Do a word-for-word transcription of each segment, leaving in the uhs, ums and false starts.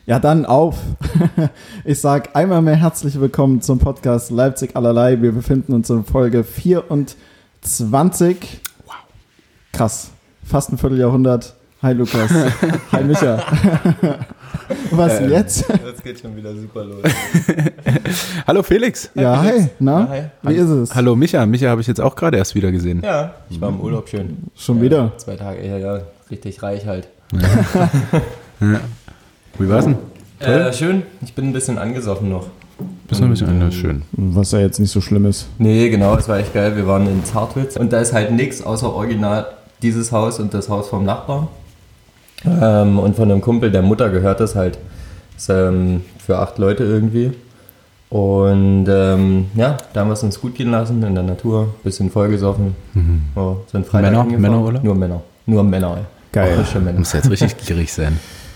Ja, dann auf. Ich sag einmal mehr herzlich willkommen zum Podcast Leipzig allerlei. Wir befinden uns in Folge vierundzwanzig. Wow. Krass. Fast ein Vierteljahrhundert. Hi Lukas. Hi Micha. Was äh, jetzt? Jetzt geht schon wieder super los. Hallo Felix. Ja, hi. Hi. Na, ja, hi. Wie ist es? Hallo Micha. Micha habe ich jetzt auch gerade erst wieder gesehen. Ja, ich war im Urlaub schön. Schon ja, wieder? Zwei Tage, ja, ja, richtig reich halt. Ja. Ja. Wie war's denn? Äh, schön, ich bin ein bisschen angesoffen noch. Bist noch ein bisschen anders, schön. Was ja jetzt nicht so schlimm ist. Nee, genau, es war echt geil. Wir waren in Zartwitz und da ist halt nichts außer original dieses Haus und das Haus vom Nachbarn. Ähm, und von einem Kumpel, der Mutter gehört das halt. Das ist ähm, für acht Leute irgendwie. Und ähm, ja, da haben wir es uns gut gehen lassen in der Natur, bisschen vollgesoffen. Mhm. Oh, sind Freitag Männer? hingefahren. Männerurlaub? Nur Männer. Nur Männer, ey. Geil. Auch frische Männer. Muss jetzt richtig gierig sein.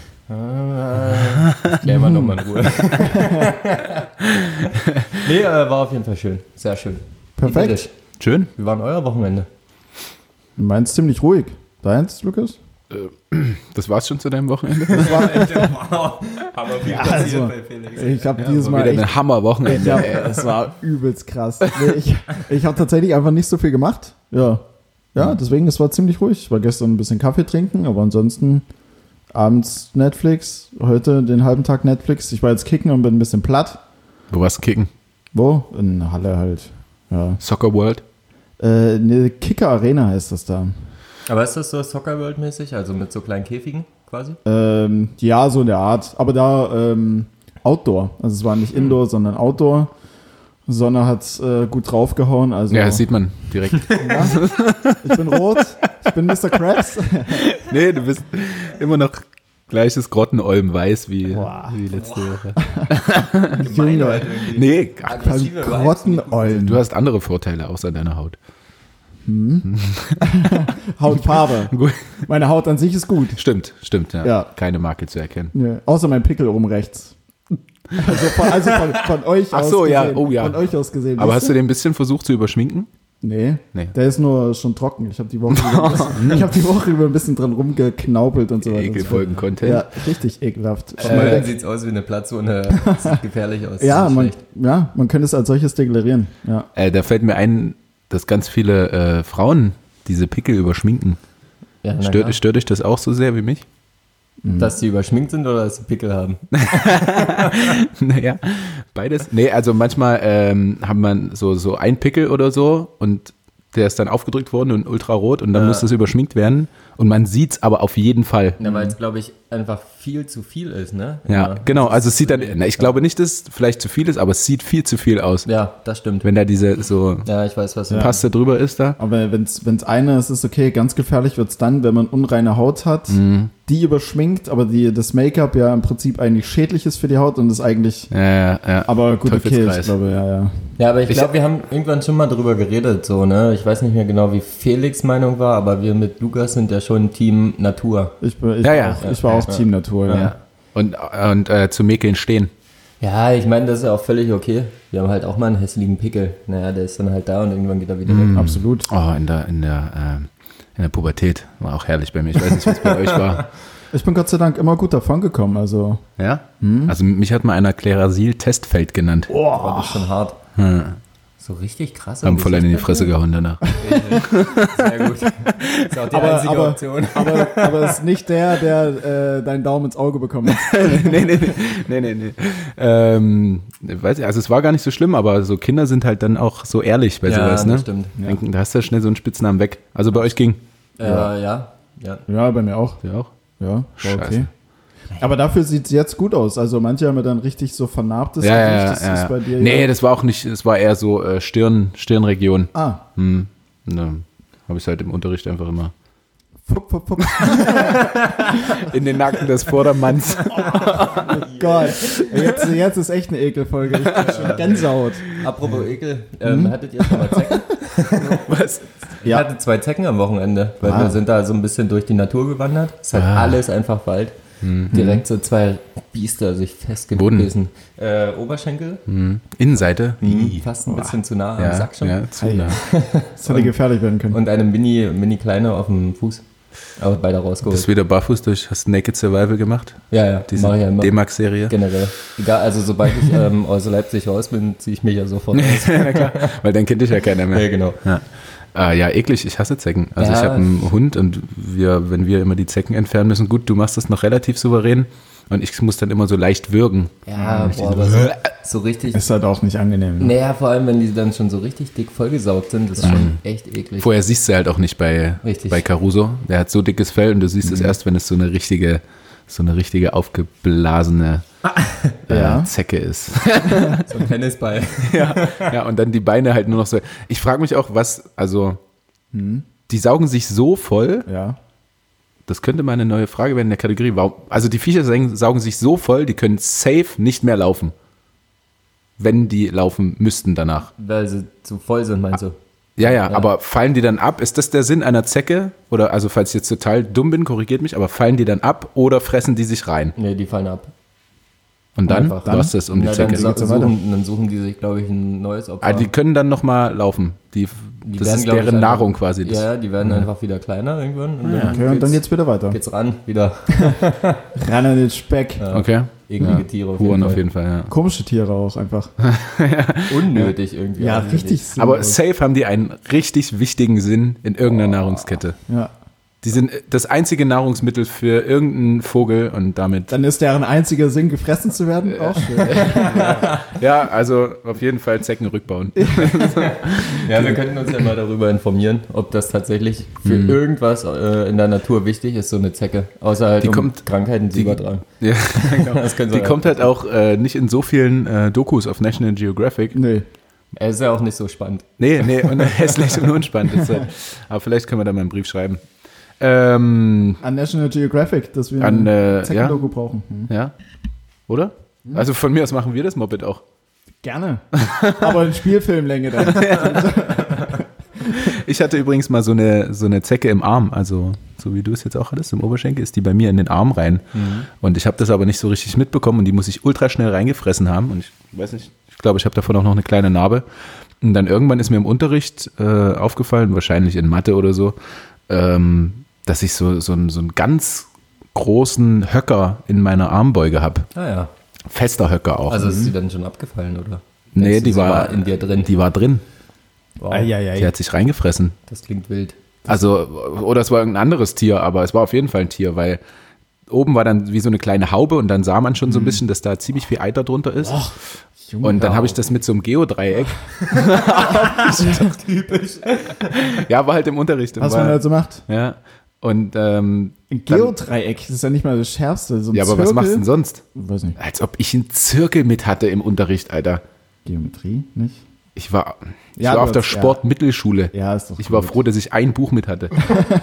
Gehen wir nochmal in Ruhe. Nee, äh, war auf jeden Fall schön. Sehr schön. Perfekt. Idyllisch. Schön. Wie war denn euer Wochenende? Meins ziemlich ruhig. Deins, Lukas? Das war's schon zu deinem Wochenende? Das war echt, Hammer viel Ja, also, ich habe dieses Mal Wieder echt, ein Hammer-Wochenende. Ja, es war übelst krass. Nee, ich ich habe tatsächlich einfach nicht so viel gemacht. Ja. Ja, deswegen, es war ziemlich ruhig. Ich war gestern ein bisschen Kaffee trinken, aber ansonsten abends Netflix, heute den halben Tag Netflix. Ich war jetzt kicken und bin ein bisschen platt. Wo warst du kicken? Wo? In Halle halt. Ja. Soccer World? Äh, eine Kicker Arena heißt das da. Aber ist das so Soccer World mäßig? Also mit so kleinen Käfigen quasi? Ähm, ja, so in der Art. Aber da ähm, Outdoor. Also es war nicht Indoor, sondern Outdoor. Sonne hat äh, gut draufgehauen. Also, Ja, das sieht man direkt. ja, ich bin rot. Ich bin Mister Krabs. Nee, du bist immer noch gleiches Grottenolm weiß wie, Boah. wie letzte Woche. Gemein halt irgendwie. Nee, ach, Aggressive Vibes. Grottenollen. du hast andere Vorteile außer deiner Haut. Hautfarbe. Gut. Meine Haut an sich ist gut. Stimmt, stimmt, ja. Ja. Keine Marke zu erkennen. Ja, außer mein Pickel oben rechts. Also von, also von, von euch Ach aus so, ja. gesehen. Oh, ja. Von euch aus gesehen. Aber Wisst hast du den ein bisschen versucht zu überschminken? Nee, Nee. der ist nur schon trocken. Ich habe die Woche über, ein bisschen- ich hab die Woche über ein bisschen dran rumgeknaupelt und so weiter. und so fort. Ekelfolgen-Content. Ja, richtig ekelhaft. Äh, sieht's aus wie eine Platzzone. Sieht gefährlich aus. ja, Sieht man, schlecht. ja, man könnte es als solches deklarieren. Ja. Äh, da fällt mir ein, dass ganz viele äh, Frauen diese Pickel überschminken. Ja, na Stört, klar. stört dich das auch so sehr wie mich? Dass sie überschminkt sind oder dass sie Pickel haben? Naja, beides. Nee, also manchmal ähm, hat man so, so ein Pickel oder so und der ist dann aufgedrückt worden und ultrarot und dann Ja. muss das überschminkt werden und man sieht es aber auf jeden Fall. Ja, weil es, glaube ich, einfach viel zu viel ist, ne? Ja, genau. Also es sieht dann, na, ich glaube nicht, dass es vielleicht zu viel ist, aber es sieht viel zu viel aus. Ja, das stimmt. Wenn da diese so Ja, ich weiß, was du Paste drüber ist da. Aber wenn es eine ist, ist okay. Ganz gefährlich wird es dann, wenn man unreine Haut hat, Mhm. die überschminkt, aber die, das Make-up ja im Prinzip eigentlich schädlich ist für die Haut und ist eigentlich. Ja, ja, ja. Aber gut, okay, ich Teufelskreis. glaube, ja, ja. Ja, aber ich Ich- glaube, wir haben irgendwann schon mal drüber geredet, so, ne? Ich weiß nicht mehr genau, wie Felix' Meinung war, aber wir mit Lukas sind ja schon Team Natur. Ich, bin- ich Ja, war ja. auch, ich war auch Ja. Team Natur, ja. Ja. Und, und äh, zu Mäkeln stehen. Ja, ich meine, das ist ja auch völlig okay. Wir haben halt auch mal einen hässlichen Pickel. Naja, der ist dann halt da und irgendwann geht er wieder weg. Absolut. Oh, in der, in der, ähm, in der Pubertät. War auch herrlich bei mir. Ich weiß nicht, was bei euch war. Ich bin Gott sei Dank immer gut davon gekommen, also. Ja? Also mich hat mal einer Klerasil-Testfeld genannt. War das schon hart. Hm. So richtig krass. Haben voll einen in die Gesicht Fresse gehauen danach. Sehr gut. Ist auch die Aber, einzige aber, Option. aber, aber es ist nicht der, der äh, deinen Daumen ins Auge bekommen hat. nee, nee, nee, nee, nee, nee. Ähm, weiß ich, also es war gar nicht so schlimm, aber so Kinder sind halt dann auch so ehrlich bei Ja, sowas, ne? das stimmt. Denken, da hast du schnell so einen Spitznamen weg. Also bei euch ging. Äh, ja. ja, ja. Ja, bei mir auch. Ja auch. Ja, war Scheiße. okay. Aber dafür sieht es jetzt gut aus. Also manche haben ja dann richtig so vernarbtes Ja, Gesicht. ja, Das ja, ist ja. bei dir Nee, ja. das war auch nicht, es war eher so äh, Stirn, Stirnregion. Ah, Hm. Ne, habe ich halt im Unterricht einfach immer fupp, fupp, fupp. in den Nacken des Vordermanns. Gott. Jetzt, jetzt ist echt eine Ekelfolge. Ich bin schon Gänsehaut. Apropos Ekel, ähm, hattet ihr schon mal Zecken? Was? Ich Ja. hatte zwei Zecken am Wochenende, weil Ah. wir sind da so ein bisschen durch die Natur gewandert. Es ist halt Ah. alles einfach Wald. Direkt so zwei Biester sich festgebissen. Äh, Oberschenkel, Hm. Innenseite? Ih. fast ein bisschen zu nah am Ja, Sack schon. ja, zu Ei. nah. Das hätte gefährlich werden können. Und eine mini, mini kleine auf dem Fuß. Aber beide rausgeholt. Bist wieder barfuß durch, hast Naked Survival gemacht? Ja, ja, Diese mach ich ja immer. D-Max-Serie? Generell. Egal, also sobald ich ähm, aus Leipzig raus bin, ziehe ich mich ja sofort aus. Ja, klar. Weil dann kennt dich ja keiner mehr. Ja, genau. Ja. Ah, ja, eklig, ich hasse Zecken. Also Ja. ich habe einen Hund und wir, wenn wir immer die Zecken entfernen müssen, gut, du machst das noch relativ souverän und ich muss dann immer so leicht würgen. Ja, boah, aber so, so richtig. Ist halt auch nicht angenehm. Ne? Naja, vor allem, wenn die dann schon so richtig dick vollgesaugt sind, das ist schon echt eklig. Vorher siehst du halt auch nicht bei, Richtig. bei Caruso. Der hat so dickes Fell und du siehst es erst, wenn es so eine richtige, so eine richtige aufgeblasene äh, Ja. Zecke ist. So ein Tennisball. ja, ja, und dann die Beine halt nur noch so. Ich frage mich auch, was, also, die saugen sich so voll, Ja. das könnte mal eine neue Frage werden in der Kategorie. Warum, also die Viecher saugen, saugen sich so voll, die können safe nicht mehr laufen. Wenn die laufen müssten danach. Weil sie zu voll sind, meinst du? Ja, ja, Ja. aber fallen die dann ab? Ist das der Sinn einer Zecke? Oder, also falls ich jetzt total dumm bin, korrigiert mich, aber fallen die dann ab oder fressen die sich rein? Nee, die fallen ab. Und dann Einfach. war es das um die Na, Zecke. dann, geht's ja suchen, weiter. dann suchen die sich, glaube ich, ein neues Opfer. Ah, die können dann nochmal laufen. Die, Die das werden, ist glaub ich, deren einfach- Nahrung quasi. Das, Ja, die werden einfach wieder kleiner irgendwann. Und dann, Okay, und dann geht's wieder weiter. geht's ran, wieder. Ran an den Speck. Ja. Okay. Eklige Ja. Tiere auf Huren jeden auf Fall. jeden Fall, ja. Komische Tiere auch einfach. Unnötig irgendwie. Ja, auch. richtig. Aber sinnlos. safe haben die einen richtig wichtigen Sinn in irgendeiner Nahrungskette. Ja. Die sind das einzige Nahrungsmittel für irgendeinen Vogel und damit. Dann ist deren einziger Sinn, gefressen zu werden. Auch schön. Ja, also auf jeden Fall Zecken rückbauen. Ja, wir könnten uns ja mal darüber informieren, ob das tatsächlich für Mhm. irgendwas äh, in der Natur wichtig ist, so eine Zecke. Außer halt Die um kommt- Krankheiten zu die- übertragen. Ja, genau. Das können sie Die ja. kommt halt auch äh, nicht in so vielen äh, Dokus auf National Geographic. Nee. Er ist ja auch nicht so spannend. Nee, nee, und hässlich und unspannend. Ist halt. Aber vielleicht können wir da mal einen Brief schreiben. Ähm, An National Geographic, dass wir An, ein äh, Zeckenlogo brauchen. Hm. ja, oder? Also von mir aus machen wir das Moped auch. Gerne. Aber in Spielfilmlänge dann. Ich hatte übrigens mal so eine, so eine Zecke im Arm, also so wie du es jetzt auch hattest, im Oberschenkel, ist die bei mir in den Arm rein. Und ich habe das aber nicht so richtig mitbekommen und die muss ich ultra schnell reingefressen haben. Und ich weiß nicht, ich glaube, ich habe davon auch noch eine kleine Narbe. Und dann irgendwann ist mir im Unterricht äh, aufgefallen, wahrscheinlich in Mathe oder so, ähm, dass ich so, so, einen, so einen ganz großen Höcker in meiner Armbeuge habe. Ah ja. Fester Höcker auch. Also ist sie dann schon abgefallen, oder? nee, Denkst du, die sie war, in dir drin. Die war drin. Wow, Eieiei. Die hat sich reingefressen. das klingt wild. Also, oder es war irgendein anderes Tier, aber es war auf jeden Fall ein Tier, weil oben war dann wie so eine kleine Haube und dann sah man schon so ein bisschen, dass da ziemlich viel Eiter drunter ist. Junge, Und dann wow. habe ich das mit so einem Geodreieck. Typisch. Ja, war halt im Unterricht. was war, man halt so macht. ja. Und ähm, Ein Geodreieck, das ist ja nicht mal das Schärfste. So ein ja, aber Zirkel. was machst du denn sonst? Weiß nicht. Als ob ich einen Zirkel mit hatte im Unterricht, Alter. Geometrie, nicht? Ich war, ich Ja, war du auf der hast- ja. Sportmittelschule. Ja, ist doch Ich war gut. froh, dass ich ein Buch mit hatte.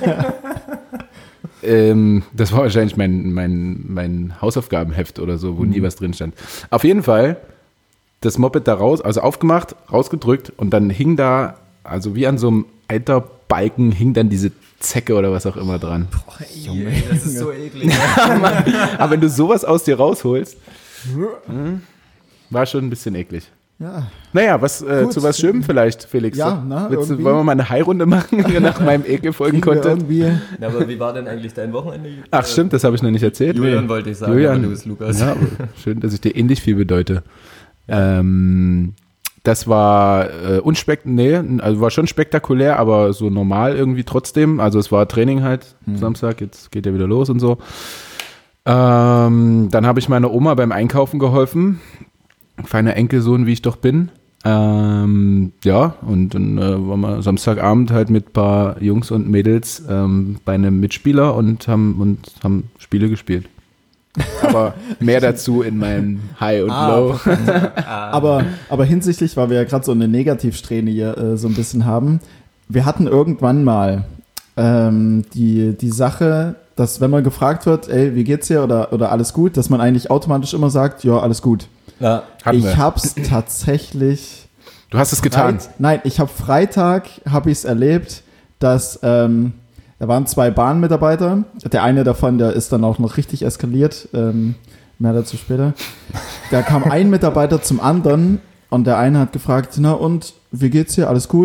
ähm, das war wahrscheinlich mein, mein, mein Hausaufgabenheft oder so, wo Mhm. nie was drin stand. Auf jeden Fall das Moped da raus, also aufgemacht, rausgedrückt und dann hing da, also wie an so einem Eiterbalken, hing dann diese Zecke oder was auch immer dran. Das ist so eklig. Aber wenn du sowas aus dir rausholst, hm, war schon ein bisschen eklig. Ja. Naja, was, äh, Gut. zu was schwimmen vielleicht, Felix? Ja, na, Willst du, irgendwie. wollen wir mal eine High-Runde machen nach meinem ekelvollen Kriegen wir Content? irgendwie. Ja, aber wie war denn eigentlich dein Wochenende? Ach stimmt, das habe ich noch nicht erzählt. Julian wollte ich sagen, Julian, aber du bist Lukas. Ja, aber schön, dass ich dir ähnlich viel bedeute. Ähm, das war äh, unspekt, nee, also war schon spektakulär, aber so normal irgendwie trotzdem. Also es war Training halt Samstag, jetzt geht ja wieder los und so. Ähm, dann habe ich meiner Oma beim Einkaufen geholfen. Feiner Enkelsohn, wie ich doch bin. Ähm, ja, und dann äh, waren wir Samstagabend halt mit ein paar Jungs und Mädels ähm, bei einem Mitspieler und haben, und haben Spiele gespielt. Aber mehr dazu in meinem High und Ah, Low. Aber, aber hinsichtlich, weil wir ja gerade so eine Negativsträhne hier äh, so ein bisschen haben, wir hatten irgendwann mal ähm, die, die Sache, dass wenn man gefragt wird, ey, wie geht's dir oder, oder alles gut, dass man eigentlich automatisch immer sagt, ja, alles gut. Ja, Hatten ich wir. hab's tatsächlich Du hast es getan. Freit- Nein, ich habe Freitag habe ich es erlebt, dass ähm, da waren zwei Bahnmitarbeiter. Der eine davon, der ist dann auch noch richtig eskaliert. Ähm, mehr dazu später. Da kam ein Mitarbeiter zum anderen und der eine hat gefragt, na und wie geht's hier? Alles gut?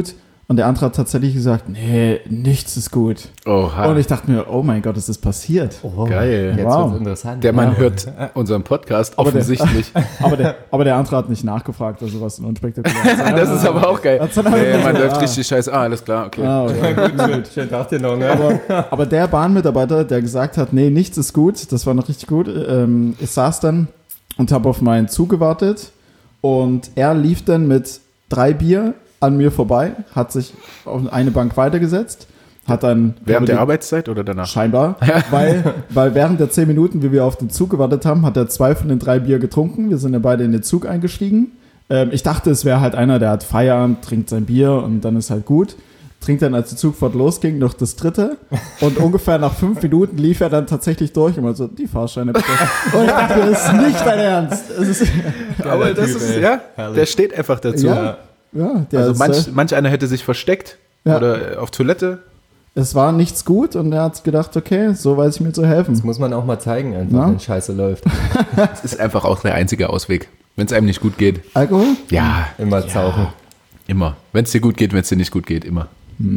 Und der andere hat tatsächlich gesagt, nee, nichts ist gut. Oha. Und ich dachte mir, oh mein Gott, ist das passiert? Oh, Geil. Jetzt Wow. wird's interessant. Der Mann Ja. hört unseren Podcast Aber der- offensichtlich. Aber der, aber der andere hat nicht nachgefragt, also was ein unspektakulär. Das ist aber auch geil. Hat's dann aber Hey, gesagt, man läuft ah. richtig scheiße. Ah, alles klar, okay. Ah, okay. Gut, schönen Tag dir noch, ne? aber, aber der Bahnmitarbeiter, der gesagt hat, nee, nichts ist gut, das war noch richtig gut. Ähm, ich saß dann und habe auf meinen Zug gewartet und er lief dann mit drei Bier an mir vorbei, hat sich auf eine Bank weitergesetzt, hat dann Während der die- Arbeitszeit oder danach? scheinbar, weil, weil während der zehn Minuten, wie wir auf den Zug gewartet haben, hat er zwei von den drei Bier getrunken. Wir sind ja beide in den Zug eingestiegen. Ähm, ich dachte, es wäre halt einer, der hat Feierabend, trinkt sein Bier und dann ist halt gut. Trinkt dann, als die Zugfahrt losging, noch das dritte. Und ungefähr nach fünf Minuten lief er dann tatsächlich durch und so, die Fahrscheine bitte. Und ich dachte, das ist nicht dein Ernst. Es ist, Aber das Typ, ist, ey. ja, Herrlich. der steht einfach dazu. ja, ja, der Also ist, manch, äh, manch einer hätte sich versteckt Ja. oder auf Toilette. es war nichts gut und er hat gedacht, okay, so weiß ich mir zu helfen. Das muss man auch mal zeigen, einfach, Ja. wenn Scheiße läuft. Das ist einfach auch der einzige Ausweg. Wenn es einem nicht gut geht. Alkohol? Ja, Immer zauchen. immer. Wenn es dir gut geht, wenn es dir nicht gut geht, immer.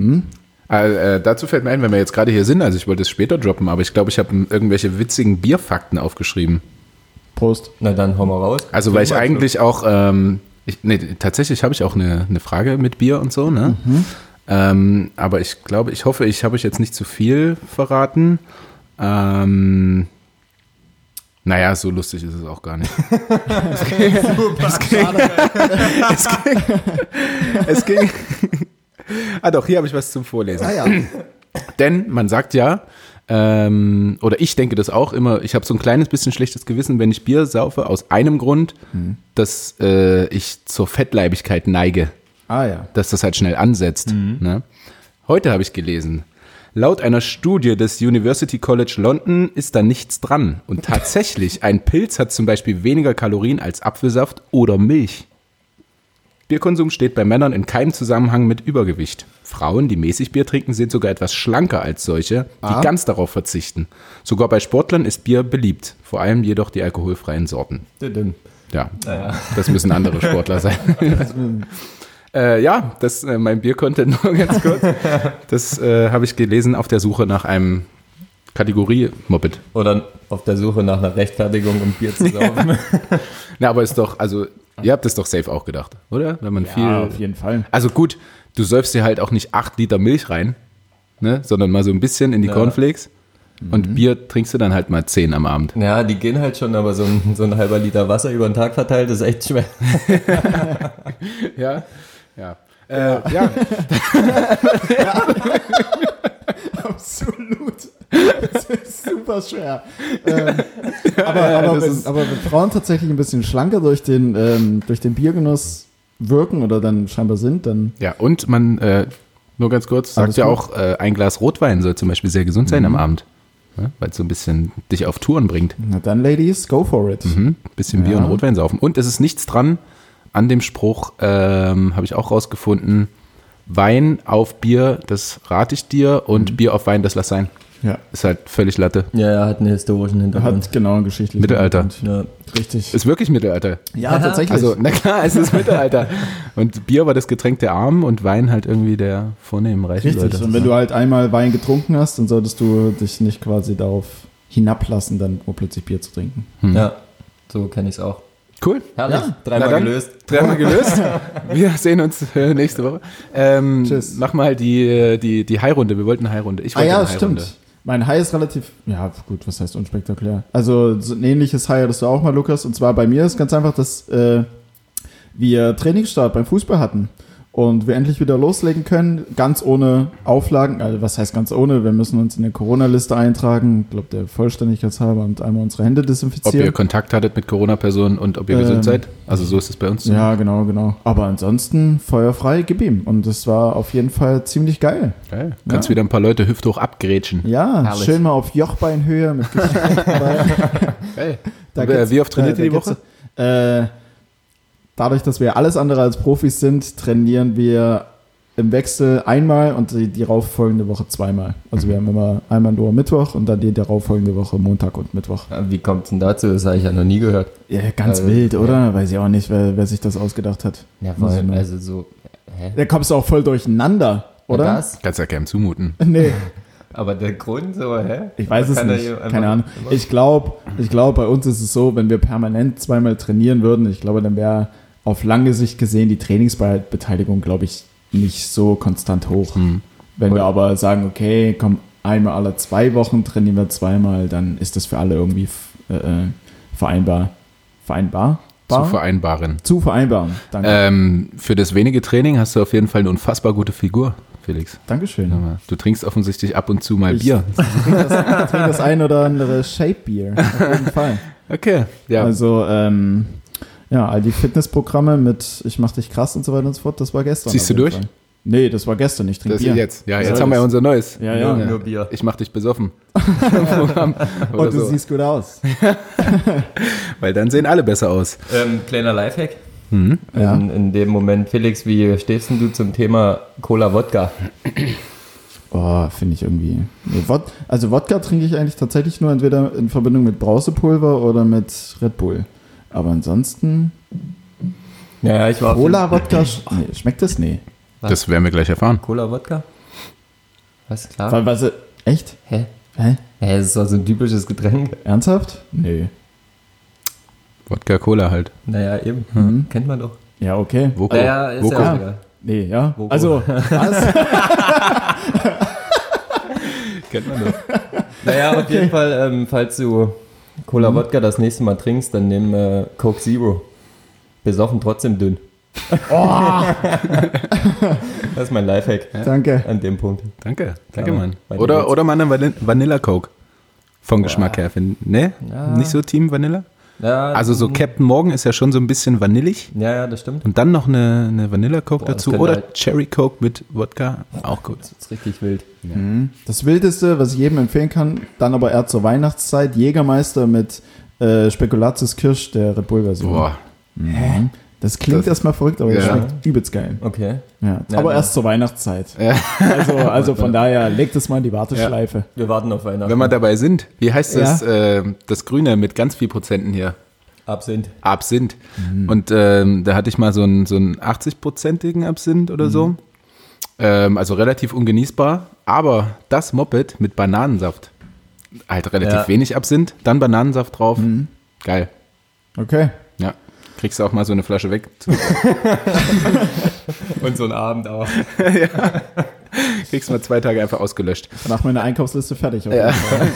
Äh, äh, dazu fällt mir ein, wenn wir jetzt gerade hier sind, also ich wollte es später droppen, aber ich glaube, ich habe irgendwelche witzigen Bierfakten aufgeschrieben. Prost. Na dann, hau mal raus. Also weil ich eigentlich auch, ähm, ich, nee, tatsächlich habe ich auch eine, eine Frage mit Bier und so, ne? Ähm, aber ich glaube, ich hoffe, ich habe euch jetzt nicht zu viel verraten. Ähm, naja, so lustig ist es auch gar nicht. es ging, es ging, es ging, es ging ah doch, hier habe ich was zum Vorlesen. Ah ja. Denn man sagt ja, ähm, oder ich denke das auch immer, ich habe so ein kleines bisschen schlechtes Gewissen, wenn ich Bier saufe, aus einem Grund, dass äh, ich zur Fettleibigkeit neige, Ah ja. dass das halt schnell ansetzt. Ne? Heute habe ich gelesen, laut einer Studie des University College London ist da nichts dran. Und tatsächlich, ein Pilz hat zum Beispiel weniger Kalorien als Apfelsaft oder Milch. Bierkonsum steht bei Männern in keinem Zusammenhang mit Übergewicht. Frauen, die mäßig Bier trinken, sind sogar etwas schlanker als solche, die Ah. ganz darauf verzichten. Sogar bei Sportlern ist Bier beliebt, vor allem jedoch die alkoholfreien Sorten. Dünn. Ja, Naja. das müssen andere Sportler sein. äh, ja, das äh, mein Bier-Content nur ganz kurz. Das äh, habe ich gelesen auf der Suche nach einem Kategorie-Moped. Oder auf der Suche nach einer Rechtfertigung, um Bier zu saufen. Na, aber ist doch, also, ihr habt das doch safe auch gedacht, oder? Wenn man Ja, viel. auf jeden Fall. Also gut, du säufst dir halt auch nicht acht Liter Milch rein, ne, sondern mal so ein bisschen in die Ja. Cornflakes. Und Bier trinkst du dann halt mal zehn am Abend. Ja, die gehen halt schon, aber so ein, so ein halber Liter Wasser über den Tag verteilt ist echt schwer. Ja, ja. Äh, ja, Absolut. Das ist super schwer. Ähm, aber, Ja, aber, das wenn, ist- aber wenn Frauen tatsächlich ein bisschen schlanker durch den, ähm, durch den Biergenuss wirken oder dann scheinbar sind, dann ja, und man, äh, nur ganz kurz, sagt Alles ja gut. auch, äh, ein Glas Rotwein soll zum Beispiel sehr gesund sein am Abend. Ne? Weil es so ein bisschen dich auf Touren bringt. na dann, Ladies, go for it. Mhm. Bisschen Bier Ja. und Rotwein saufen. Und es ist nichts dran an dem Spruch, ähm, habe ich auch rausgefunden, Wein auf Bier, das rate ich dir, und Bier auf Wein, das lass sein. Ja. Ist halt völlig Latte. Ja, er hat einen historischen Hintergrund. Hat genau einen geschichtlichen Mittelalter. Hintergrund. Ja. Richtig. Ist wirklich Mittelalter. Ja, tatsächlich. Also, na klar, es ist Mittelalter. Und Bier war das Getränk der Armen und Wein halt irgendwie der vornehmen reichen Richtig. Leute. Und wenn du halt einmal Wein getrunken hast, dann solltest du dich nicht quasi darauf hinablassen, dann plötzlich Bier zu trinken. ja, so kenne ich es auch. Cool. Herrlich, Ja. dreimal Na dann, gelöst. Dreimal gelöst. Wir sehen uns äh, nächste Woche. Ähm, Tschüss. Mach mal die, die, die High-Runde. Wir wollten eine High-Runde. Ich Ah wollte ja, eine High-Runde. stimmt. Mein High ist relativ, ja gut, was heißt unspektakulär? Also so ein ähnliches High hattest du auch mal, Lukas. Und zwar bei mir ist ganz einfach, dass äh, wir Trainingsstart beim Fußball hatten und wir endlich wieder loslegen können, ganz ohne Auflagen. Also was heißt ganz ohne? Wir müssen uns in eine Corona-Liste eintragen, ich glaube der Vollständigkeitshalber, und einmal unsere Hände Ob desinfizieren. ihr Kontakt hattet mit Corona-Personen und ob ihr Ähm, gesund seid. Also so ist es bei uns. Ja, genau, genau. Aber ansonsten feuerfrei, gib ihm. Und das war auf jeden Fall ziemlich geil. Geil. Kannst Ja. wieder ein paar Leute hüfthoch abgrätschen. Ja, Herrlich. schön mal auf Jochbeinhöhe mit Gewicht dabei. Geil. Da Und, äh, gibt's- wie oft trainiert äh, ihr die da Woche? gibt's, Äh, dadurch, dass wir alles andere als Profis sind, trainieren wir im Wechsel einmal und die, die darauffolgende Woche zweimal. Also wir haben immer einmal nur Mittwoch und dann die darauffolgende Woche Montag und Mittwoch. Ja, Wie kommt es denn dazu? Das habe ich ja noch nie gehört. Ja, ganz Äh, wild, ja. oder? Weiß ich auch nicht, wer, wer sich das ausgedacht hat. Ja, Muss vor ich allem, mal- also so, Hä? Da kommst du auch voll durcheinander, oder? Ja, das? Kannst ja keinem zumuten. Nee, Aber der Grund so, hä? ich weiß es Kann er nicht. hier einfach Keine Ahnung. immer- Ich glaube, ich glaub, bei uns ist es so, wenn wir permanent zweimal trainieren würden, ich glaube, dann wäre auf lange Sicht gesehen die Trainingsbeteiligung, glaube ich, nicht so konstant hoch. Hm. Wenn wir Oder- aber sagen, okay, komm, einmal alle zwei Wochen trainieren wir zweimal, dann ist das für alle irgendwie f- äh, äh, vereinbar. Vereinbar? Zu Bar? vereinbaren. Zu vereinbaren. Danke. Ähm, für das wenige Training hast du auf jeden Fall eine unfassbar gute Figur, Felix. Dankeschön. Du trinkst offensichtlich ab und zu mal Ich- Bier. Ich trinke das, ich trinke das ein oder andere Shape-Bier. Auf jeden Fall. Okay, ja. Also, ähm, ja, all die Fitnessprogramme mit Ich mach dich krass und so weiter und so fort, das war gestern. Ziehst auf du jeden durch? Fall. Nee, das war gestern. Ich trinke Das Bier. ist jetzt. Ja, jetzt Ja, haben wir ja das- unser neues. Ja, ja. Nur, nur Bier. Ich mach dich besoffen. Oder Und du so. siehst gut aus. Weil dann sehen alle besser aus. Ähm, kleiner Lifehack. Mhm. Ja. In, in dem Moment, Felix, wie stehst denn du zum Thema Cola-Wodka? Oh, finde ich irgendwie. Nee, Wod also Wodka trinke ich eigentlich tatsächlich nur entweder in Verbindung mit Brausepulver oder mit Red Bull. Aber ansonsten Ja, ich war auf Cola-Wodka, sch nee, schmeckt das? Nee. Was? Das werden wir gleich erfahren. Cola-Wodka? Was, klar? Weil, was, echt? Hä? Hä? Hä, das ist doch so ein typisches Getränk. Ernsthaft? Nee. Wodka Cola halt. Naja, eben. Mhm. Kennt man doch. Ja, okay. Woko. Naja, ist Woko. ja auch Ja. egal. Nee, ja. Wo- wo? Also, was? Kennt man doch. Naja, auf jeden Fall, ähm, falls du Cola-Wodka das nächste Mal trinkst, dann nimm äh, Coke Zero. Besoffen trotzdem dünn. Das ist mein Lifehack Danke. an dem Punkt. Danke, danke, Ja, Mann. weil Oder, die oder mal eine Vanille- Vanilla Coke. Vom Geschmack her. Find, ne? Ja. Nicht so Team Vanilla? Ja, Also so mm, Captain Morgan ist ja schon so ein bisschen vanillig. Ja, ja, das stimmt. Und dann noch eine, eine Vanilla Coke Boah, das dazu. könnte Oder halt- Cherry Coke mit Wodka. Auch gut. Das ist richtig wild. Mhm. Das Wildeste, was ich jedem empfehlen kann, dann aber eher zur Weihnachtszeit, Jägermeister mit äh, Spekulatius Kirsch, der Red Bull-Version. Boah. Mhm. Das klingt Das- erstmal verrückt, aber das Ja. schmeckt übelst geil. Okay. Ja. Ja, aber ja. erst zur Weihnachtszeit. Ja. Also, also von daher, legt es mal in die Warteschleife. Wir warten auf Weihnachten. Wenn wir dabei sind, wie heißt das, äh, das Grüne mit ganz viel Prozenten hier? Absinth. Absinth. Und ähm, da hatte ich mal so einen, so einen achtzig-prozentigen Absinth oder so. Ähm, also relativ ungenießbar. Aber das Moped mit Bananensaft. Halt relativ Ja. wenig Absinth, dann Bananensaft drauf. Geil. Okay. Ja. Kriegst du auch mal so eine Flasche weg. Und so ein Abend auch. Kriegst mal zwei Tage einfach ausgelöscht. Danach meine Einkaufsliste fertig. Auf jeden Fall.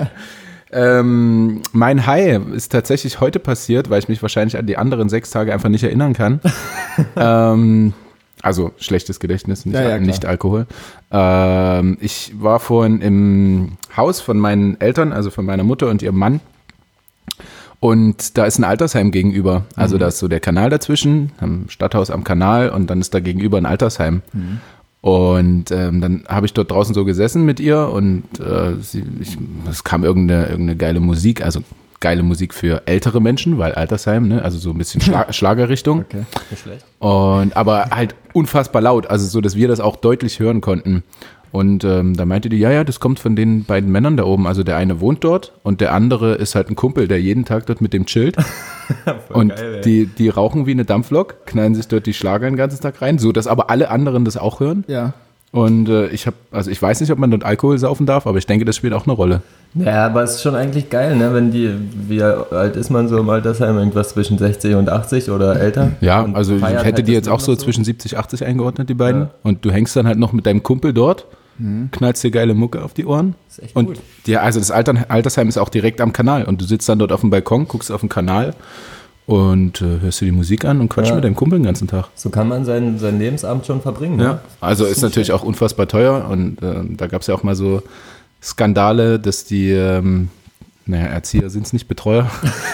Ähm, mein High ist tatsächlich heute passiert, weil ich mich wahrscheinlich an die anderen sechs Tage einfach nicht erinnern kann. ähm, also schlechtes Gedächtnis, nicht, Ja, ja, klar. nicht Alkohol. Ähm, ich war vorhin im Haus von meinen Eltern, also von meiner Mutter und ihrem Mann. Und da ist ein Altersheim gegenüber. Also Mhm. da ist so der Kanal dazwischen, am Stadthaus am Kanal und dann ist da gegenüber ein Altersheim. Mhm. Und ähm, dann habe ich dort draußen so gesessen mit ihr und äh, sie, ich, es kam irgendeine, irgendeine geile Musik, also geile Musik für ältere Menschen, weil Altersheim, ne, also so ein bisschen Schla Schlagerrichtung. Okay. Nicht schlecht. Und aber halt unfassbar laut, also so, dass wir das auch deutlich hören konnten. Und ähm, da meinte die, ja, ja, das kommt von den beiden Männern da oben. Also der eine wohnt dort und der andere ist halt ein Kumpel, der jeden Tag dort mit dem chillt. Und geil, ey. die, die rauchen wie eine Dampflok, knallen sich dort die Schlager den ganzen Tag rein, so dass aber alle anderen das auch hören. Ja. Und äh, ich habe, also ich weiß nicht, ob man dort Alkohol saufen darf, aber ich denke, das spielt auch eine Rolle. Ja, aber es ist schon eigentlich geil, ne? Wenn die, wie alt ist man so im Altersheim? Irgendwas zwischen sechzig und achtzig oder älter? Ja, Und also ich feiert hätte halt die das jetzt auch Leben so noch zwischen siebzig, achtzig eingeordnet, die beiden. Ja. Und du hängst dann halt noch mit deinem Kumpel dort, knallst dir geile Mucke auf die Ohren. Das ist echt Und gut. ja, also das Alter, Altersheim ist auch direkt am Kanal. Und du sitzt dann dort auf dem Balkon, guckst auf den Kanal und äh, hörst dir die Musik an und quatschst Ja. mit deinem Kumpel den ganzen Tag. So kann man sein, sein Lebensabend schon verbringen. Ja, Ne? also ist natürlich auch unfassbar teuer und ähm, da gab es ja auch mal so Skandale, dass die, ähm, naja, Erzieher sind es nicht, Betreuer,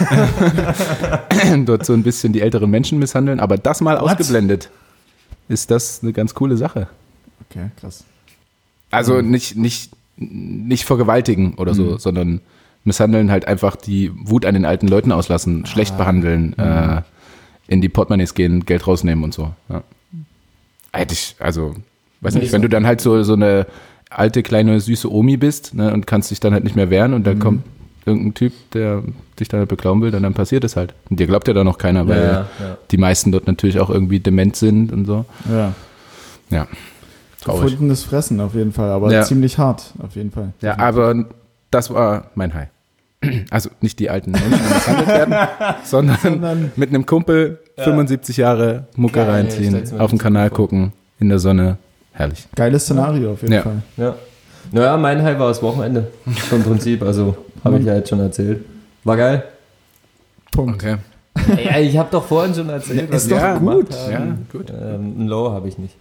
dort so ein bisschen die älteren Menschen misshandeln, aber das mal What? ausgeblendet, ist das eine ganz coole Sache. Okay, krass. Also nicht, nicht, nicht vergewaltigen oder so, sondern misshandeln, halt einfach die Wut an den alten Leuten auslassen, schlecht behandeln, äh, in die Portemonnaies gehen, Geld rausnehmen und so. Ja. Hätte ich, also, weiß nicht, wenn du dann halt so, so eine alte, kleine, süße Omi bist, ne, und kannst dich dann halt nicht mehr wehren und dann kommt irgendein Typ, der dich da beklauen will, dann, dann passiert es halt. Und dir glaubt ja da noch keiner, weil Ja, ja, ja. die meisten dort natürlich auch irgendwie dement sind und so. Ja. Ja, traurig. Gefundenes Fressen auf jeden Fall, aber Ja. ziemlich hart auf jeden Fall. Ja, aber das war mein High. Also nicht die alten Menschen, die misshandelt werden, sondern, Sondern- mit einem Kumpel fünfundsiebzig Jahre Mucke Geil, ich reinziehen, stell's mir auf den richtig Kanal gut vor. gucken, in der Sonne. Herrlich. Geiles Szenario auf jeden Ja. Fall. Ja. Naja, mein High war das Wochenende. Vom Prinzip, also habe ich ja jetzt schon erzählt. War geil. Punkt. Okay. Ja, ich habe doch vorhin schon erzählt, Ja, ist doch wir gut. gemacht haben. Ja, gut. Ähm, ein Low habe ich nicht.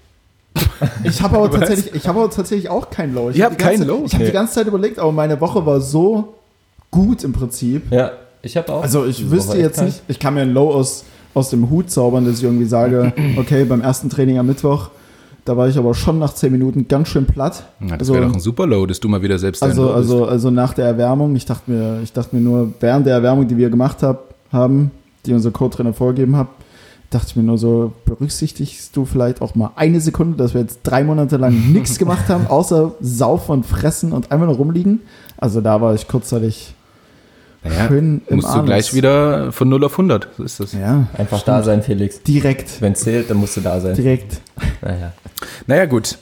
Ich habe aber Was? tatsächlich, ich habe aber tatsächlich auch kein Low. Ich Ihr hab habt die ganze- kein Low? Ich habe Nee. die ganze Zeit überlegt, aber meine Woche war so gut im Prinzip. Ja, ich habe auch. Also ich diese wüsste Woche jetzt echt nicht, ich kann mir ein Low aus, aus dem Hut zaubern, dass ich irgendwie sage, okay, beim ersten Training am Mittwoch, da war ich aber schon nach zehn Minuten ganz schön platt. Ja, das Also- wäre doch ein super Low, dass du mal wieder selbst dein Also, Low bist. also, also nach der Erwärmung, ich dachte mir, ich dachte mir nur, während der Erwärmung, die wir gemacht hab, haben, die unser Co-Trainer vorgegeben hat, dachte ich mir nur so, berücksichtigst du vielleicht auch mal eine Sekunde, dass wir jetzt drei Monate lang nichts gemacht haben, außer saufen und fressen und einfach nur rumliegen? Also da war ich kurzzeitig naja, schön im musst du Anus. gleich wieder von null auf hundert. So ist das. Ja, Einfach da sein, Felix. direkt, Wenn es zählt, dann musst du da sein. direkt. Naja. Naja, gut.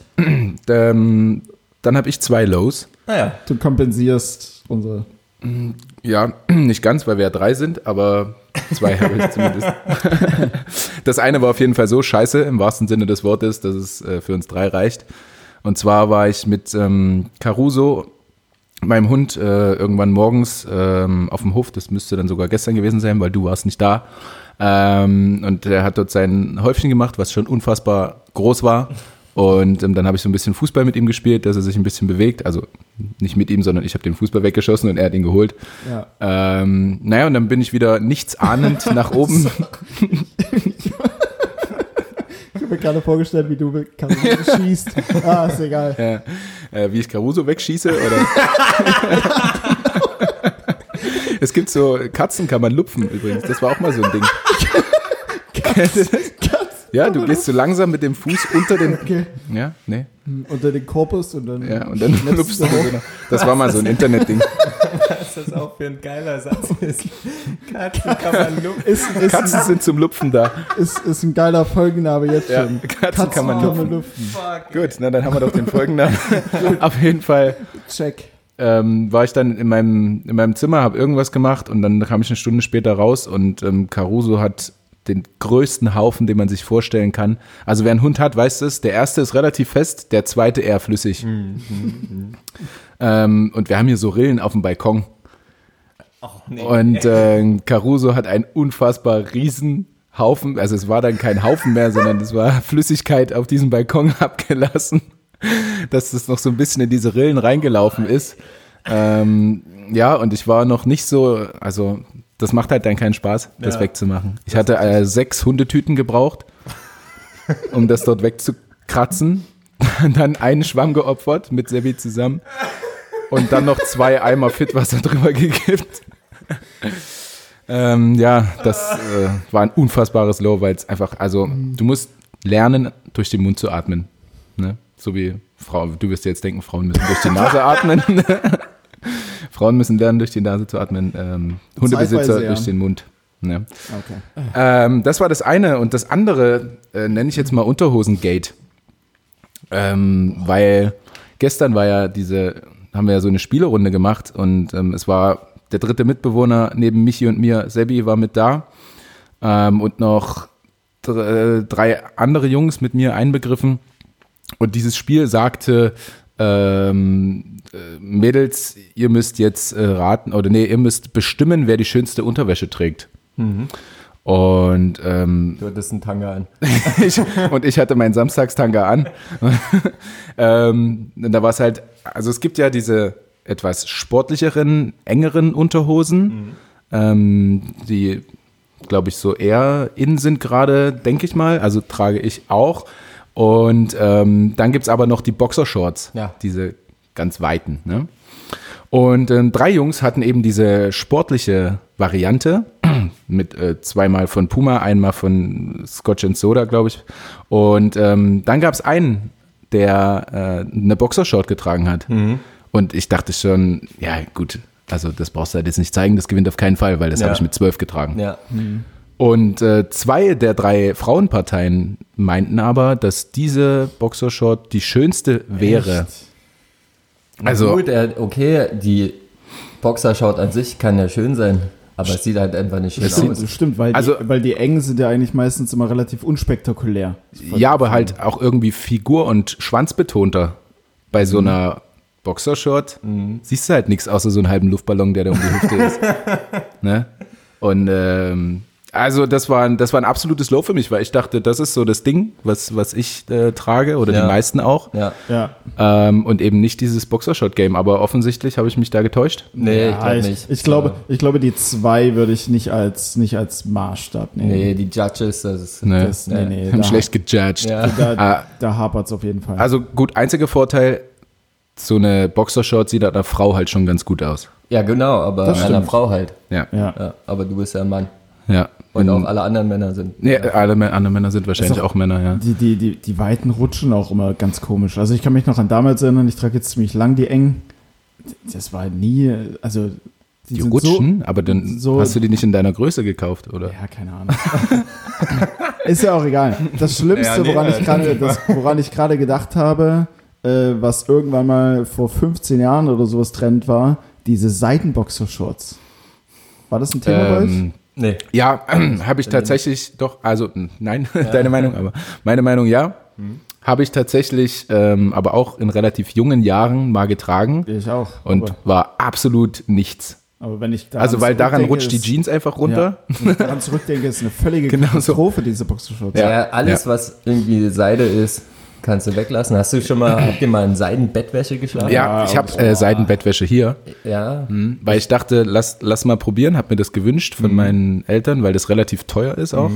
ähm, dann habe ich zwei Lows. Naja. Du kompensierst unsere. Ja, nicht ganz, weil wir ja drei sind, aber zwei habe ich zumindest. Das eine war auf jeden Fall so scheiße, im wahrsten Sinne des Wortes, dass es äh, für uns drei reicht. Und zwar war ich mit ähm, Caruso, meinem Hund, äh, irgendwann morgens ähm, auf dem Hof. Das müsste dann sogar gestern gewesen sein, weil du warst nicht da. Ähm, und er hat dort sein Häufchen gemacht, was schon unfassbar groß war. Und ähm, dann habe ich so ein bisschen Fußball mit ihm gespielt, dass er sich ein bisschen bewegt. Also nicht mit ihm, sondern ich habe den Fußball weggeschossen und er hat ihn geholt. Ja. Ähm, naja, und dann bin ich wieder nichtsahnend nach oben. Ich habe mir gerade vorgestellt, wie du mit Caruso schießt. Ah, ist egal. Ja, äh, wie ich Caruso wegschieße. Oder es gibt so, Katzen kann man lupfen übrigens. Das war auch mal so ein Ding. Ja, du gehst so langsam mit dem Fuß unter den... Okay. Ja, nee. Unter den Korpus und dann. Ja, und dann Letztes lupfst du Mal. genau. Das war mal so ein Internetding. Was das auch für ein geiler Satz ist. Katzen kann man lupfen. Ist, ist, Katzen sind zum Lupfen da. ist, ist ein geiler Folgenname jetzt Ja, schon. Katzen kann man lupfen. lupfen. Fuck. Gut, na, dann haben wir doch den Folgennamen. Auf jeden Fall Check. ähm, war ich dann in meinem, in meinem Zimmer, habe irgendwas gemacht und dann kam ich eine Stunde später raus und ähm, Caruso hat den größten Haufen, den man sich vorstellen kann. Also wer einen Hund hat, weiß es, der erste ist relativ fest, der zweite eher flüssig. ähm, und wir haben hier so Rillen auf dem Balkon. Oh, nee. Und äh, Caruso hat einen unfassbar riesen Haufen, also es war dann kein Haufen mehr, sondern es war Flüssigkeit auf diesem Balkon abgelassen, dass es noch so ein bisschen in diese Rillen reingelaufen ist. Ähm, ja, und ich war noch nicht so, also das macht halt dann keinen Spaß, das Ja. wegzumachen. Ich hatte äh, sechs Hundetüten gebraucht, um das dort wegzukratzen. Dann einen Schwamm geopfert mit Sebi zusammen und dann noch zwei Eimer Fitwasser drüber gekippt. Ähm, ja, das äh, war ein unfassbares Low, weil es einfach, also du musst lernen, durch den Mund zu atmen. Ne? So wie Frauen, du wirst jetzt denken, Frauen müssen durch die Nase atmen. Frauen müssen lernen, durch die Nase zu atmen. Ähm, Hundebesitzer Zeitweise, ja. durch den Mund. Ja. Okay. Ähm, das war das eine. Und das andere äh, nenne ich jetzt mal Unterhosengate. Ähm, weil gestern war ja diese, haben wir ja so eine Spielerunde gemacht und ähm, es war der dritte Mitbewohner neben Michi und mir, Sebi, war mit da ähm, und noch dr- äh, drei andere Jungs mit mir einbegriffen. Und dieses Spiel sagte, ähm, äh, Mädels, ihr müsst jetzt äh, raten, oder nee, ihr müsst bestimmen, wer die schönste Unterwäsche trägt. Und ähm, Du hattest einen Tanga an. ich, und ich hatte meinen Samstagstanga an. ähm, und da war es halt, also es gibt ja diese etwas sportlicheren, engeren Unterhosen, mhm. ähm, die, glaube ich, so eher in sind gerade, denke ich mal. Also trage ich auch. Und ähm, dann gibt es aber noch die Boxershorts, Ja. diese ganz weiten. Ne? Und ähm, drei Jungs hatten eben diese sportliche Variante mit äh, zweimal von Puma, einmal von Scotch and Soda, glaube ich. Und ähm, dann gab es einen, der äh, eine Boxershort getragen hat. Mhm. Und ich dachte schon, ja gut, Also das brauchst du halt jetzt nicht zeigen, das gewinnt auf keinen Fall, weil das Ja. habe ich mit zwölf getragen. Ja. Und äh, zwei der drei Frauenparteien meinten aber, dass diese Boxershort die schönste wäre. Echt? Also Gut, äh, okay, die Boxershort an sich kann ja schön sein, aber es sieht halt einfach nicht schön Es Stimmt, aus. das stimmt, weil, Also- die, weil die engen sind ja eigentlich meistens immer relativ unspektakulär. ja, aber halt auch irgendwie Figur- und Schwanzbetonter. Bei so einer Boxershort siehst du halt nichts außer so einen halben Luftballon, der da um die Hüfte ist. Ne? Und ähm, also das war, ein, das war ein absolutes Low für mich, weil ich dachte, das ist so das Ding, was, was ich äh, trage oder Ja. die meisten auch. Ja. Ja, Ähm, und eben nicht dieses Boxershot-Game. Aber offensichtlich habe ich mich da getäuscht. Nee, ich ja glaube ich, nicht. ich, glaube, ich glaube, die zwei würde ich nicht als, nicht als Maßstab nehmen. Nee, die Judges, das ist. Nee. Das, nee, nee, Haben da, schlecht gejudged. Ja. da, Ah. da hapert es auf jeden Fall. Also gut, einziger Vorteil, so eine Boxershort sieht an einer Frau halt schon ganz gut aus. Ja, genau, aber Das einer stimmt. Frau halt. Ja, ja. Ja, aber du bist ja ein Mann. ja. Und Und auch alle anderen Männer sind. nee, alle Mä- anderen Männer sind wahrscheinlich Ist auch- auch Männer, ja. Die, die, die, die Weiten rutschen auch immer ganz komisch. Also ich kann mich noch an damals erinnern, ich trage jetzt ziemlich lang die engen. Das war nie, also die, Die sind rutschen, aber dann so- hast du die nicht in deiner Größe gekauft, oder? So, ja, keine Ahnung. Ist ja auch egal. Das Schlimmste, Ja, nee, woran, ich halt. gerade, das, woran ich gerade gedacht habe, äh, was irgendwann mal vor fünfzehn Jahren oder sowas Trend war, diese Seitenboxershorts. War das ein Thema bei euch? Ähm, Nee. ja, habe ich tatsächlich doch, also n- nein, deine Meinung, aber meine Meinung ja. Habe ich tatsächlich, ähm, aber auch in relativ jungen Jahren mal getragen Ich auch. und aber, war absolut nichts. aber wenn ich daran Also weil daran zurückdenke, rutscht die ist- Jeans einfach runter. Ja, wenn ich daran zurückdenke, ist eine völlige Genau so. Katastrophe, diese Boxershorts. Ja, Ja, alles, ja. was irgendwie Seide ist, kannst du weglassen. Hast du schon mal, habt ihr mal in Seidenbettwäsche geschlafen? Ja, ich habe äh, Seidenbettwäsche hier, Ja. mhm, weil ich dachte, lass, lass mal probieren, habe mir das gewünscht von meinen Eltern, weil das relativ teuer ist auch.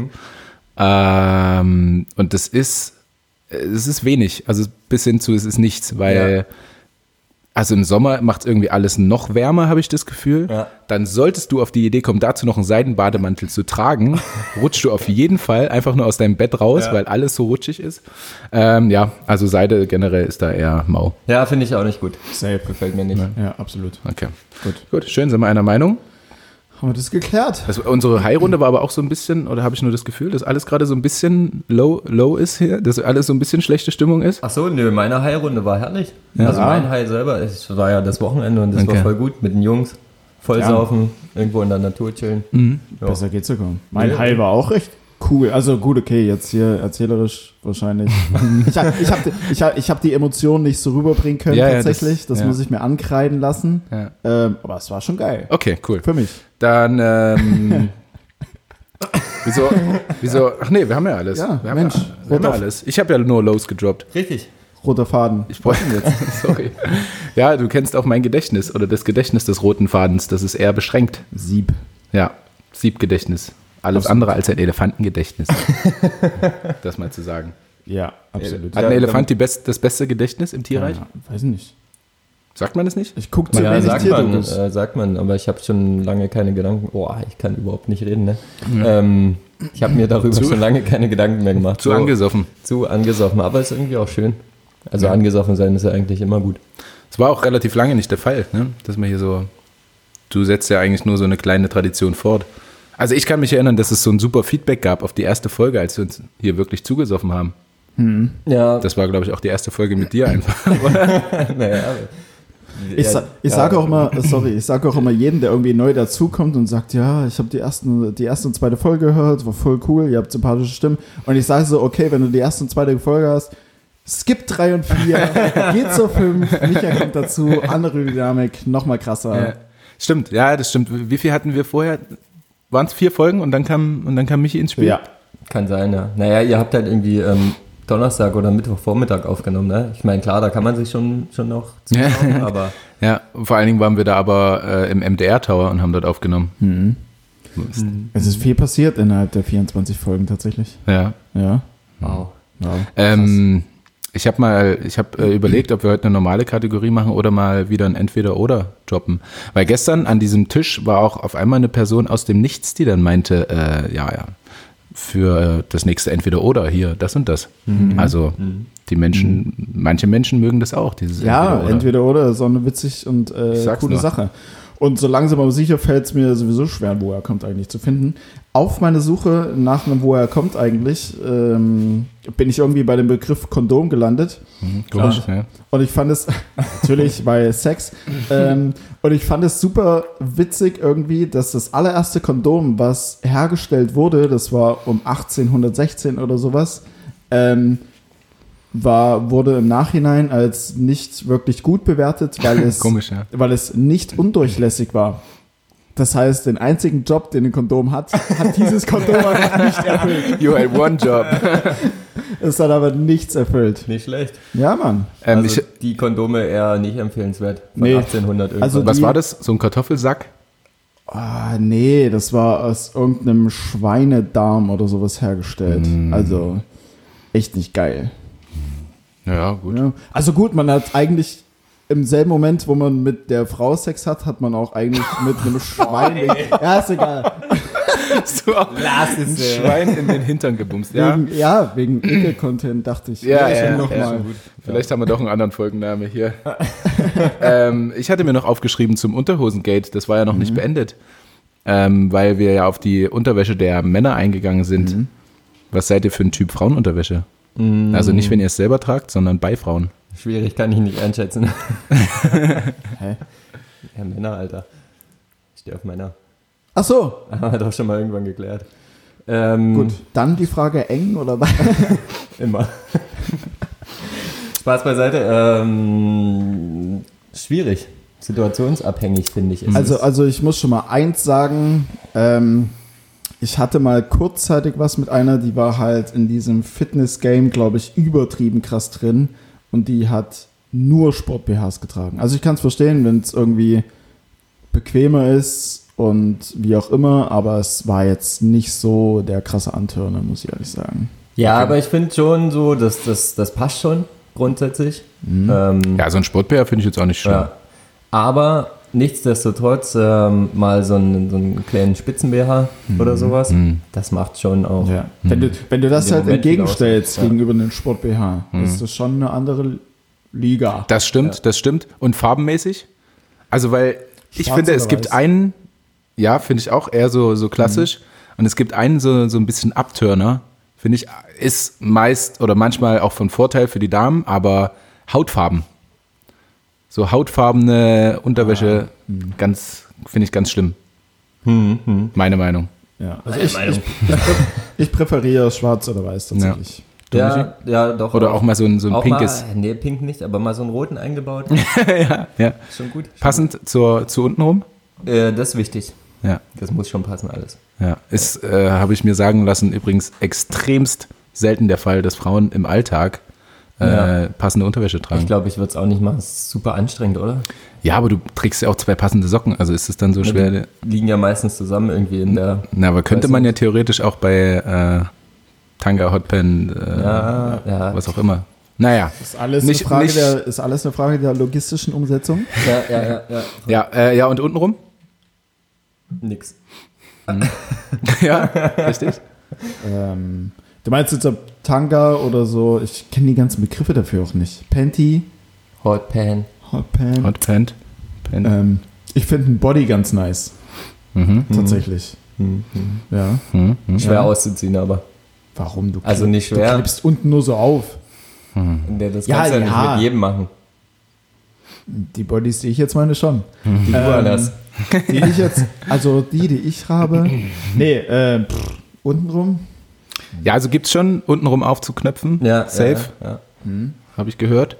Ähm, und das ist, es ist wenig, also bis hin zu, es ist nichts, weil, Ja. also im Sommer macht es irgendwie alles noch wärmer, habe ich das Gefühl. Ja. Dann solltest du auf die Idee kommen, dazu noch einen Seidenbademantel zu tragen, rutschst du auf jeden Fall einfach nur aus deinem Bett raus, Ja. weil alles so rutschig ist. Ähm, ja, also Seide generell ist da eher mau. Ja, finde ich auch nicht gut. Safe. Gefällt mir nicht. Ja, absolut. Okay. Gut. Gut, schön, sind wir einer Meinung. Haben wir das geklärt? Also unsere High-Runde war aber auch so ein bisschen, oder habe ich nur das Gefühl, dass alles gerade so ein bisschen low, low ist hier, dass alles so ein bisschen schlechte Stimmung ist? Ach so, nö, meine High-Runde war herrlich. Ja. Also mein High selber, es war ja das Wochenende und das Okay. war voll gut mit den Jungs. Voll Ja. saufen, irgendwo in der Natur chillen. Ja. Besser geht's sogar. Mein Ja. High war auch recht cool. Also gut, okay, jetzt hier erzählerisch wahrscheinlich. ich habe ich hab, die- ich hab, ich hab die Emotionen nicht so rüberbringen können Ja, ja, tatsächlich. das- Das, ja. muss ich mir ankreiden lassen. Ja. Ähm, aber es war schon geil. Okay, cool. Für mich. Dann, ähm, wieso, wieso, ach nee, wir haben ja alles. Ja, wir haben Mensch, ja, wir haben ja rot auf- alles. Ich habe ja nur Lows gedroppt. Richtig. Roter Faden. Ich wollte jetzt, sorry. Ja, du kennst auch mein Gedächtnis oder das Gedächtnis des roten Fadens, das ist eher beschränkt. Sieb. Ja, Siebgedächtnis. Alles Absolut. andere als ein Elefantengedächtnis. Das mal zu sagen. Ja, absolut. Hat ein Ja, Elefant die best, das beste Gedächtnis im Tierreich? Ja, weiß nicht. Sagt man das nicht? Ich gucke zu Ja, wenig sagt man, Tierdokus. äh, sagt man, aber ich habe schon lange keine Gedanken. Oh, ich kann überhaupt nicht reden, ne? Ähm, ich habe mir darüber Zu- schon lange keine Gedanken mehr gemacht. Zu So, angesoffen. Zu angesoffen, aber ist irgendwie auch schön. Also angesoffen sein ist ja eigentlich immer gut. Das war auch relativ lange nicht der Fall, ne? Dass man hier so, du setzt ja eigentlich nur so eine kleine Tradition fort. Also ich kann mich erinnern, dass es so ein super Feedback gab auf die erste Folge, als wir uns hier wirklich zugesoffen haben. Ja, Das war, glaube ich, auch die erste Folge mit dir einfach. naja. Ich, sa ich ja, sage auch immer, sorry, ich sage auch immer jedem, der irgendwie neu dazukommt und sagt, ja, ich habe die, ersten, die erste und zweite Folge gehört, war voll cool, ihr habt sympathische Stimmen. Und ich sage so, okay, wenn du die erste und zweite Folge hast, skip drei und vier, geht zur fünf, Micha kommt dazu, andere Dynamik, nochmal krasser. Ja. Stimmt, ja, das stimmt. Wie viel hatten wir vorher? Waren es vier Folgen und dann kam, und dann kam Michi ins Spiel? Ja. Kann sein, ja. Naja, ihr habt halt irgendwie ähm, Donnerstag oder Mittwochvormittag aufgenommen, ne? Ich meine, klar, da kann man sich schon, schon noch zuschauen, aber Ja, vor allen Dingen waren wir da aber äh, im M D R-Tower und haben dort aufgenommen. Mhm. Es ist viel passiert innerhalb der vierundzwanzig Folgen tatsächlich. Ja. wow. Ja. Wow. Ähm, ich habe mal, ich habe äh, überlegt, ob wir heute eine normale Kategorie machen oder mal wieder ein Entweder-Oder droppen. Weil gestern an diesem Tisch war auch auf einmal eine Person aus dem Nichts, die dann meinte, äh, ja, ja, für äh, das nächste Entweder-Oder hier, das und das. Also die Menschen, manche Menschen mögen das auch, dieses Ja, Entweder-Oder. entweder oder, ist auch eine witzig und äh, Ich sag's coole nur. Sache. Und so langsam aber sicher fällt es mir sowieso schwer, wo er kommt eigentlich zu finden. Auf meine Suche nach einem, wo er kommt eigentlich, ähm, bin ich irgendwie bei dem Begriff Kondom gelandet. Mhm, komisch, und, ja. und ich fand es, natürlich bei Sex, ähm, und ich fand es super witzig irgendwie, dass das allererste Kondom, was hergestellt wurde, das war um achtzehnhundertsechzehn oder sowas, ähm, war, wurde im Nachhinein als nicht wirklich gut bewertet, weil es, Komisch, ja. weil es nicht undurchlässig war. Das heißt, den einzigen Job, den ein Kondom hat, hat dieses Kondom einfach nicht erfüllt. You had one job. Es hat aber nichts erfüllt. Nicht schlecht. Ja, Mann. Ähm, Also ich, die Kondome eher nicht empfehlenswert. Von Nee. achtzehnhundert irgendwas. Also was die- war das? So ein Kartoffelsack? Ah, nee, das war aus irgendeinem Schweinedarm oder sowas hergestellt. Also echt nicht geil. Ja, gut. Ja. Also gut, man hat eigentlich im selben Moment, wo man mit der Frau Sex hat, hat man auch eigentlich mit einem Schwein. Ja, ist egal. Hast du auch Lass ein es, äh. Schwein in den Hintern gebumst? Ja, Wegen, ja, wegen Ekel-Content dachte ich. ja, ja, ja, noch ja. mal. Vielleicht haben wir doch einen anderen Folgenname hier. ähm, ich hatte mir noch aufgeschrieben zum Unterhosengate, das war ja noch nicht beendet, ähm, weil wir ja auf die Unterwäsche der Männer eingegangen sind. Was seid ihr für ein Typ Frauenunterwäsche? Also nicht, wenn ihr es selber tragt, sondern bei Frauen. Schwierig, kann ich nicht einschätzen. Hä? Ja, Männer, Alter. Ich stehe auf Männer. Ach so, Haben wir doch schon mal irgendwann geklärt. Ähm, gut. Dann die Frage eng oder was? Immer. Spaß beiseite. Ähm, schwierig. Situationsabhängig, finde ich. Ist Also, es. also ich muss schon mal eins sagen. Ähm, ich hatte mal kurzzeitig was mit einer, die war halt in diesem Fitness-Game, glaube ich, übertrieben krass drin. Und die hat nur Sport-B Hs getragen. Also ich kann es verstehen, wenn es irgendwie bequemer ist und wie auch immer, aber es war jetzt nicht so der krasse Antörner, muss ich ehrlich sagen. Ja, aber ich finde schon so, dass das, das passt schon grundsätzlich. Mhm. Ähm, Ja, so ein Sportbär finde ich jetzt auch nicht schlimm. ja. Aber nichtsdestotrotz ähm, mal so einen, so einen kleinen Spitzen-B H oder sowas, Mhm. das macht schon auch. Ja. Wenn, du, wenn du das In dem halt Moment viel entgegenstellst aus. Ja. gegenüber einem Sport-B H, ist das schon eine andere Liga. Das stimmt, das stimmt. Und farbenmäßig? Also, weil ich Schwarz finde, oder es gibt weiß? einen, ja, finde ich auch eher so, so klassisch. Und es gibt einen so, so ein bisschen Abturner, finde ich, ist meist oder manchmal auch von Vorteil für die Damen, aber Hautfarben. So hautfarbene Unterwäsche, ganz, finde ich ganz schlimm. Meine Meinung. Ja. Also ich, ich, ich präferiere schwarz oder weiß tatsächlich. Ja, ja, doch. Oder auch mal so ein, so ein auch pinkes. Mal, nee, pink nicht, aber mal so einen roten eingebaut. ja, ja. Schon gut. Passend zur, zu unten rum? Äh, das ist wichtig. Ja. Das muss schon passen alles. Ja, ist, äh, habe ich mir sagen lassen, übrigens extremst selten der Fall, dass Frauen im Alltag äh, Ja. passende Unterwäsche tragen. Ich glaube, ich würde es auch nicht machen. Das ist super anstrengend, oder? Ja, aber du trägst ja auch zwei passende Socken, also ist es dann so schwer. Die liegen ja meistens zusammen irgendwie in der. Na, aber könnte Weiß man ja nicht. theoretisch auch bei äh, Tanga, Hotpan, äh, Ja, ja. was auch immer. Naja, Ist alles, Nicht- eine Frage nicht- der, ist alles eine Frage der logistischen Umsetzung? Ja, ja, ja, ja. ja, äh, ja und untenrum? Nix. ja, richtig. Ähm, du meinst jetzt ob Tanga oder so? Ich kenne die ganzen Begriffe dafür auch nicht. Panty, Hot Pan. Hotpan. Hotpan. Pan. Ähm, ich finde ein Body ganz nice, Mhm. tatsächlich. Hm, Ja. Mhm. Mhm. Schwer Ja. auszuziehen, aber. Warum? Du Also nicht Du schwer. klippst unten nur so auf. Der- Das Ja, kannst du ja, ja. nicht mit jedem machen. Die Bodies, die ich jetzt meine, schon. Die du Ähm, hast. Die ich jetzt, also die, die ich habe. Nee, äh, pff, untenrum. Ja, also gibt es schon untenrum aufzuknöpfen. Ja, Safe. Ja, ja. Habe ich gehört.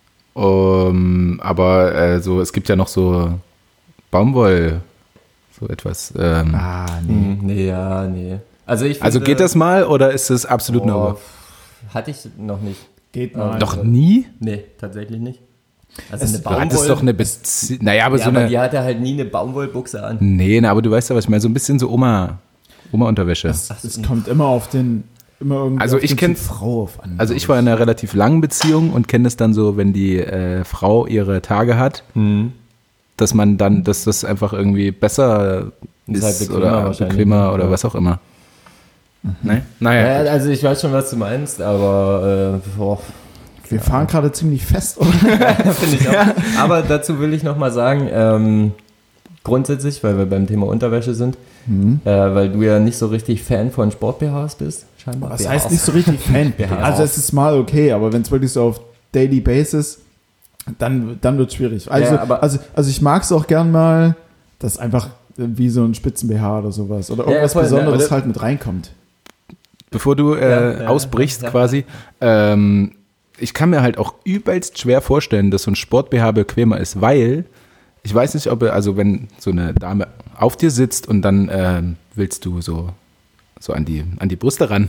Um, aber äh, so, es gibt ja noch so Baumwoll, so etwas. Ähm, Ah, nee. Hm, nee, ja, nee. Also, ich also finde- geht das mal oder ist es absolut Boah, no-go? Hatte ich noch nicht. Geht Ah, mal. Doch nie? Nee, tatsächlich nicht. Also Es- eine Du hattest Baumwoll. doch eine Beziehung. Naja, aber ja, so aber eine. die hatte halt nie eine Baumwollbuchse an. Nee, na, aber du weißt ja, was ich meine. So ein bisschen so Oma, Oma-Unterwäsche. Es, es kommt immer auf den, immer irgendwie Also auf ich den kenn- Typ Frau auf an. Also ich war in einer relativ langen Beziehung und kenne das dann so, wenn die äh, Frau ihre Tage hat, dass man dann, dass das einfach irgendwie besser Ist ist, halt bequemer oder wahrscheinlich. bequemer oder Ja. was auch immer. Ne? Naja. Ja, also ich weiß schon, was du meinst, aber äh, boah, Wir fahren gerade ziemlich fest, oder? finde ich auch. Aber dazu will ich noch mal sagen, ähm, grundsätzlich, weil wir beim Thema Unterwäsche sind, Mhm. äh, weil du ja nicht so richtig Fan von Sport-B Hs bist, scheinbar. Was B Hs. heißt nicht so richtig Fan? B Hs. Also es ist mal okay, aber wenn es wirklich so auf Daily Basis, dann, dann wird es schwierig. Also, Ja, aber- also, also ich mag es auch gern mal, dass einfach wie so ein Spitzen-B H oder sowas oder Ja, irgendwas voll, ne, Besonderes oder? halt mit reinkommt. Bevor du äh, Ja, ja, ausbrichst ja. quasi, ähm, ich kann mir halt auch übelst schwer vorstellen, dass so ein Sport-B H bequemer ist, weil ich weiß nicht, ob er, also wenn so eine Dame auf dir sitzt und dann ähm, willst du so, so an die, an die Brüste ran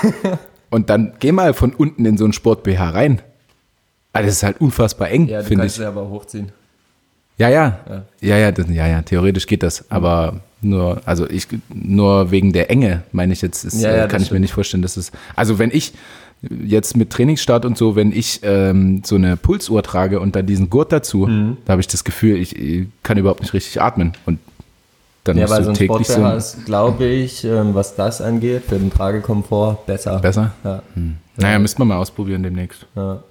und dann geh mal von unten in so ein Sport-B H rein. Also das ist halt unfassbar eng, Ja, du finde kannst ich. sie aber hochziehen. Ja, ja, Ja. ja, ja, das, ja, ja, theoretisch geht das, aber nur, also ich, nur wegen der Enge, meine ich jetzt, ist, Ja, ja, äh, das kann ich mir stimmt. nicht vorstellen, dass es, also wenn ich jetzt mit Trainingsstart und so, wenn ich ähm, so eine Pulsuhr trage und dann diesen Gurt dazu, Mhm. da habe ich das Gefühl, ich, ich kann überhaupt nicht richtig atmen und dann Ja, musst weil du so ein täglich Sport-B H so ist, glaube ich, ähm, was das angeht, für den Tragekomfort besser. besser. Ja. Naja, müssten wir mal ausprobieren demnächst. Ja.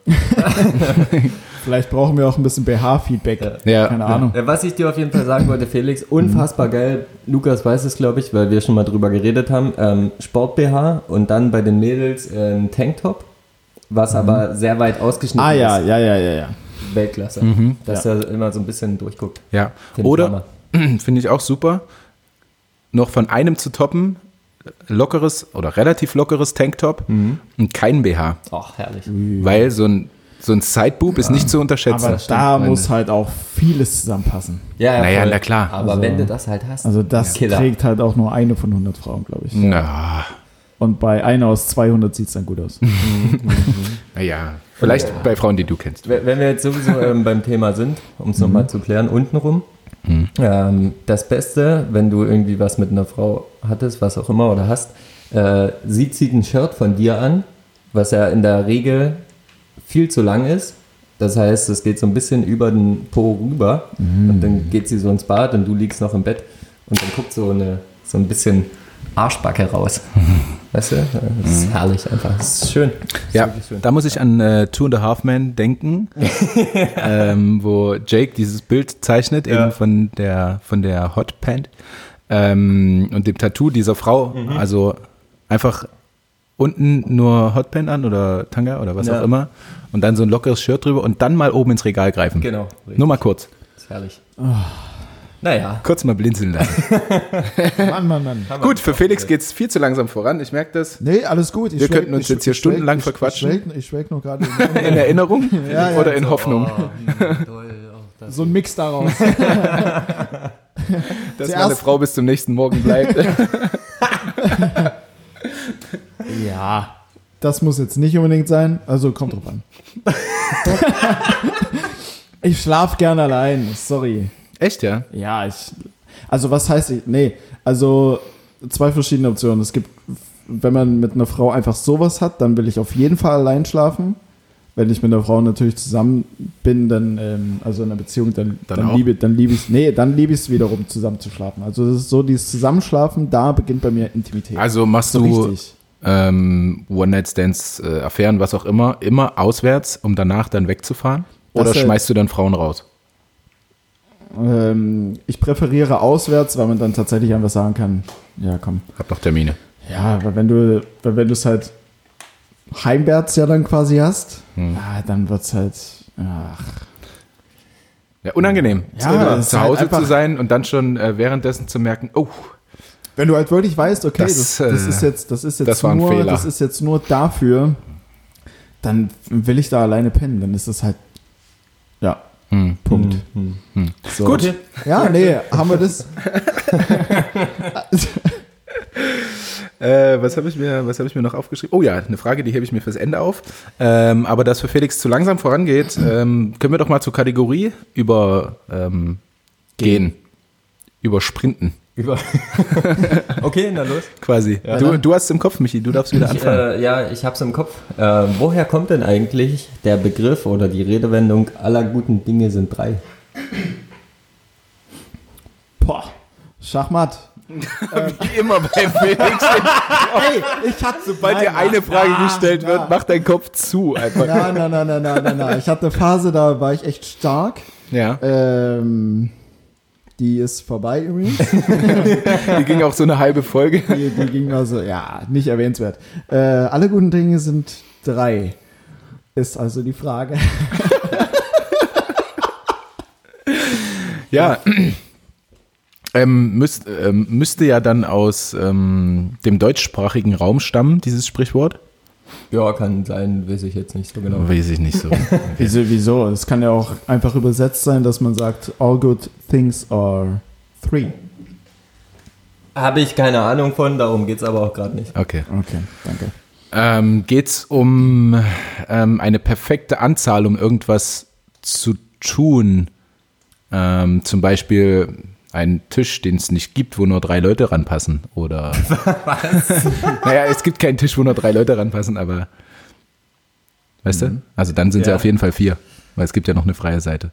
Vielleicht brauchen wir auch ein bisschen B H-Feedback. Ja. Ja. Keine Ahnung. Äh, Was ich dir auf jeden Fall sagen wollte, Felix, unfassbar geil. Lukas weiß es, glaube ich, weil wir schon mal drüber geredet haben. Ähm, Sport-B H und dann bei den Mädels äh, ein Tanktop, was aber sehr weit ausgeschnitten Ah ja, ist. ja, ja, ja, ja. Weltklasse. Dass er immer so ein bisschen durchguckt. Ja, Find ich oder, finde ich auch super, noch von einem zu toppen, lockeres oder relativ lockeres Tanktop und kein B H. Ach, herrlich. Weil so ein, so ein Sideboob ist nicht zu unterschätzen. Aber Stimmt, da meine- muss halt auch vieles zusammenpassen. Ja, ja, Naja, voll. na klar. Aber Also- wenn du das halt hast. Also das Killer. trägt halt auch nur eine von hundert Frauen, glaube ich. Na, Und bei einer aus zweihundert sieht es dann gut aus. naja, vielleicht bei Frauen, die du kennst. Wenn wenn wir jetzt sowieso ähm, beim Thema sind, um es nochmal zu klären, untenrum. Ähm, das Beste, wenn du irgendwie was mit einer Frau hattest, was auch immer oder hast, äh, sie zieht ein Shirt von dir an, was ja in der Regel viel zu lang ist. Das heißt, es geht so ein bisschen über den Po rüber und dann geht sie so ins Bad und du liegst noch im Bett und dann guckt so, eine, so ein bisschen Arschbacke raus. Weißt du? Das ist herrlich einfach. Das ist schön. Das ist Ja, wirklich schön. da muss ich an äh, Two and a Half Men denken, ähm, wo Jake dieses Bild zeichnet, Ja. eben von der, von der Hot Pant ähm, und dem Tattoo dieser Frau. Mhm. Also einfach unten nur Hot Pant an oder Tanga oder was Ja. auch immer und dann so ein lockeres Shirt drüber und dann mal oben ins Regal greifen. Genau. Nur mal kurz. Das ist herrlich. Naja. Kurz mal blinzeln lassen. Mann, Mann, Mann. Gut, für Felix geht es viel zu langsam voran. Ich merke das. Nee, alles gut. Ich Wir schwelg- könnten uns ich- jetzt hier ich schwelg- stundenlang ich- verquatschen. Ich schwelg, ich schwelg nur gerade in- In Erinnerung Ja, ja. oder in Hoffnung, so ein Mix daraus. dass Zuerst- meine Frau bis zum nächsten Morgen bleibt. Ja. Das muss jetzt nicht unbedingt sein. Also kommt drauf an. Ich schlaf gern allein. Sorry. Echt, ja? Ja, ich. Also was heißt ich? Nee. Also zwei verschiedene Optionen. Es gibt, wenn man mit einer Frau einfach sowas hat, dann will ich auf jeden Fall allein schlafen. Wenn ich mit einer Frau natürlich zusammen bin, dann, ähm, also in einer Beziehung, dann, Dann dann, auch? liebe, dann liebe ich es. Nee, dann liebe ich es wiederum, zusammen zu schlafen. Also das ist so, dieses Zusammenschlafen, da beginnt bei mir Intimität. Also machst so du richtig. ähm, One-Night-Stands, äh, Affären, was auch immer, immer auswärts, um danach dann wegzufahren? Das, Oder äh, schmeißt du dann Frauen raus? Ähm, ich präferiere auswärts, weil man dann tatsächlich einfach sagen kann, ja komm. Hab noch Termine. Ja, weil wenn du, weil wenn du es halt heimwärts ja dann quasi hast, ja, dann wird's halt, ach, Ja, unangenehm. Ja, zu, das ist zu halt Hause einfach- zu sein und dann schon äh, währenddessen zu merken, oh, wenn du halt wirklich weißt, okay, Das, das, das, äh, ist jetzt, das ist jetzt das war ein nur, Fehler. das ist jetzt nur dafür, dann will ich da alleine pennen, dann ist das halt, ja, hm. Punkt. Hm. So. Gut. Ja, nee, haben wir das? Äh, was habe ich mir, was habe ich mir noch aufgeschrieben? Oh ja, eine Frage, die hebe ich mir fürs Ende auf. Ähm, aber dass für Felix zu langsam vorangeht, ähm, können wir doch mal zur Kategorie über ähm, gehen, über Sprinten Über okay, na los. quasi. Ja. du, du hast es im Kopf, Michi, du darfst wieder Ich, anfangen. äh, ja, ich hab's im Kopf. Äh, woher kommt denn eigentlich der Begriff oder die Redewendung aller guten Dinge sind drei? Boah, Schachmatt. Wie immer bei Felix. Ey, ich hatte, Sobald dir eine Frage gestellt wird, mach dein Kopf zu. Einfach. Nein, nein, nein, nein, nein, nein, nein. Ich hatte eine Phase, da war ich echt stark. Ja. Ähm, Die ist vorbei übrigens. Die ging auch so eine halbe Folge. Die, die ging also, ja, nicht erwähnenswert. Äh, alle guten Dinge sind drei. Ist also die Frage. Ja, ähm, müsst, ähm, müsste ja dann aus ähm, dem deutschsprachigen Raum stammen, dieses Sprichwort. Ja, kann sein, weiß ich jetzt nicht so genau. Weiß ich nicht so. Okay. Wieso, wieso? Es kann ja auch einfach übersetzt sein, dass man sagt, all good things are three. Habe ich keine Ahnung von, darum geht es aber auch gerade nicht. Okay. Okay, danke. Ähm, Geht es um ähm, eine perfekte Anzahl, um irgendwas zu tun? Ähm, zum Beispiel einen Tisch, den es nicht gibt, wo nur drei Leute ranpassen. Oder. Was? Naja, es gibt keinen Tisch, wo nur drei Leute ranpassen, aber. Weißt mhm. du? Also dann sind ja. sie auf jeden Fall vier, weil es gibt ja noch eine freie Seite.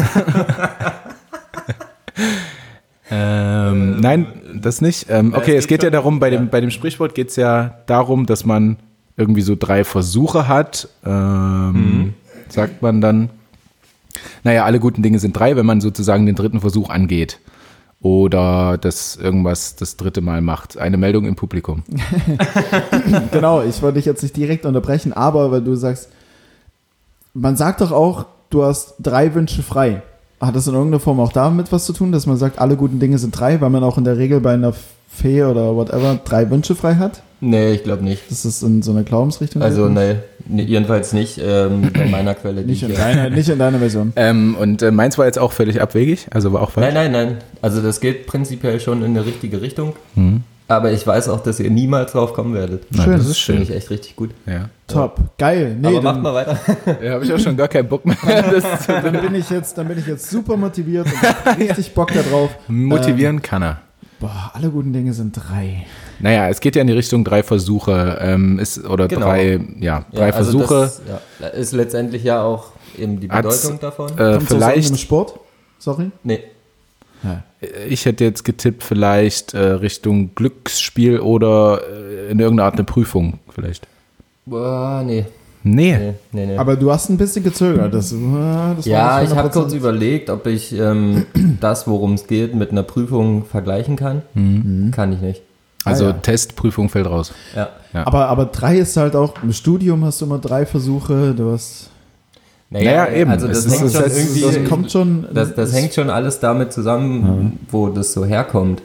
ähm, nein, das nicht. Ähm, okay, es geht ja darum, bei dem, bei dem Sprichwort geht es ja darum, dass man irgendwie so drei Versuche hat. Ähm, mhm. Sagt man dann. Naja, alle guten Dinge sind drei, wenn man sozusagen den dritten Versuch angeht. Oder das irgendwas das dritte Mal macht. Eine Meldung im Publikum. Genau, ich wollte dich jetzt nicht direkt unterbrechen, aber weil du sagst, man sagt doch auch, du hast drei Wünsche frei. Hat das in irgendeiner Form auch damit was zu tun, dass man sagt, alle guten Dinge sind drei, weil man auch in der Regel bei einer Fee oder whatever drei Wünsche frei hat? Nee, ich glaube nicht. Das ist in so einer Glaubensrichtung? Also nee, nee, jedenfalls nicht ähm, bei meiner Quelle. Nicht in, deiner, nicht in deiner Version. Ähm, und äh, meins war jetzt auch völlig abwegig, also war auch falsch? Nein, nein, nein. Also das geht prinzipiell schon in eine richtige Richtung. Mhm. Aber ich weiß auch, dass ihr niemals drauf kommen werdet. Schön. Nein, das ist schön. Finde ich echt richtig gut. Ja. Top, geil. Nee, aber dann, macht mal weiter. Ja, habe ich auch schon gar keinen Bock mehr. Das dann, bin ich jetzt, dann bin ich jetzt super motiviert und hab richtig Bock da drauf. Motivieren ähm, kann er. Boah, alle guten Dinge sind drei. Naja, es geht ja in die Richtung drei Versuche. Ähm, ist, oder Genau. drei, ja, drei ja, also Versuche. Das ja, ist letztendlich ja auch eben die Bedeutung Hat's, davon. Äh, Kommt vielleicht. im Sport? Sorry? Nee. Ja. Ich hätte jetzt getippt, vielleicht äh, Richtung Glücksspiel oder äh, in irgendeiner Art eine Prüfung, vielleicht. Boah, nee. Nee. Nee, nee, nee. Aber du hast ein bisschen gezögert. Das, das ja, war nicht ich habe hundert Prozent. kurz überlegt, ob ich ähm, das, worum es geht, mit einer Prüfung vergleichen kann. Mhm. Kann ich nicht. Also Ah, ja. Test, Prüfung fällt raus. Ja. Ja. Aber, aber drei ist halt auch, im Studium hast du immer drei Versuche, du hast... Naja, eben. Also das Es hängt ist- schon das, irgendwie... das kommt schon... Das, das hängt schon alles damit zusammen, Ja. wo das so herkommt.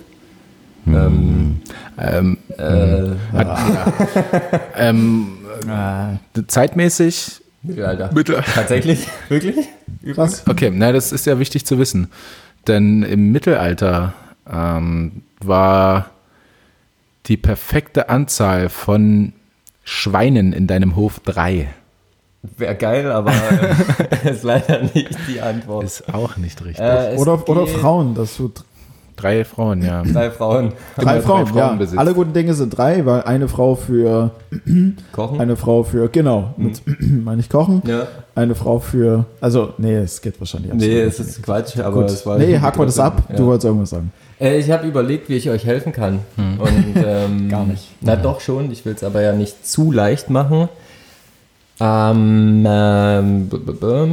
Mhm. Ähm, Ähm, äh, hat, ja. ähm, Ah, zeitmäßig Mittelalter. Mittelalter. Tatsächlich? Wirklich? krass. Okay, na, das ist ja wichtig zu wissen. Denn im Mittelalter ähm, war die perfekte Anzahl von Schweinen in deinem Hof drei. Wäre geil, aber äh, ist leider nicht die Antwort. Ist auch nicht richtig. Äh, es Oder, oder geht- Frauen, dass du Drei Frauen, ja. Drei Frauen. drei drei Frauen, Frauen ja. besitzt. Alle guten Dinge sind drei, weil eine Frau für, Kochen? eine Frau für, genau, mit, meine ich kochen, Ja. eine Frau für, also, nee, es geht wahrscheinlich absolut Nee, nicht. es ist Quatsch, aber Gut. es war... Nee, haken wir das ab, Ja. du wolltest irgendwas sagen. Äh, ich habe überlegt, wie ich euch helfen kann. Und, ähm, Gar nicht. Na doch schon, ich will es aber ja nicht zu leicht machen. Ähm, ähm, b- b- b-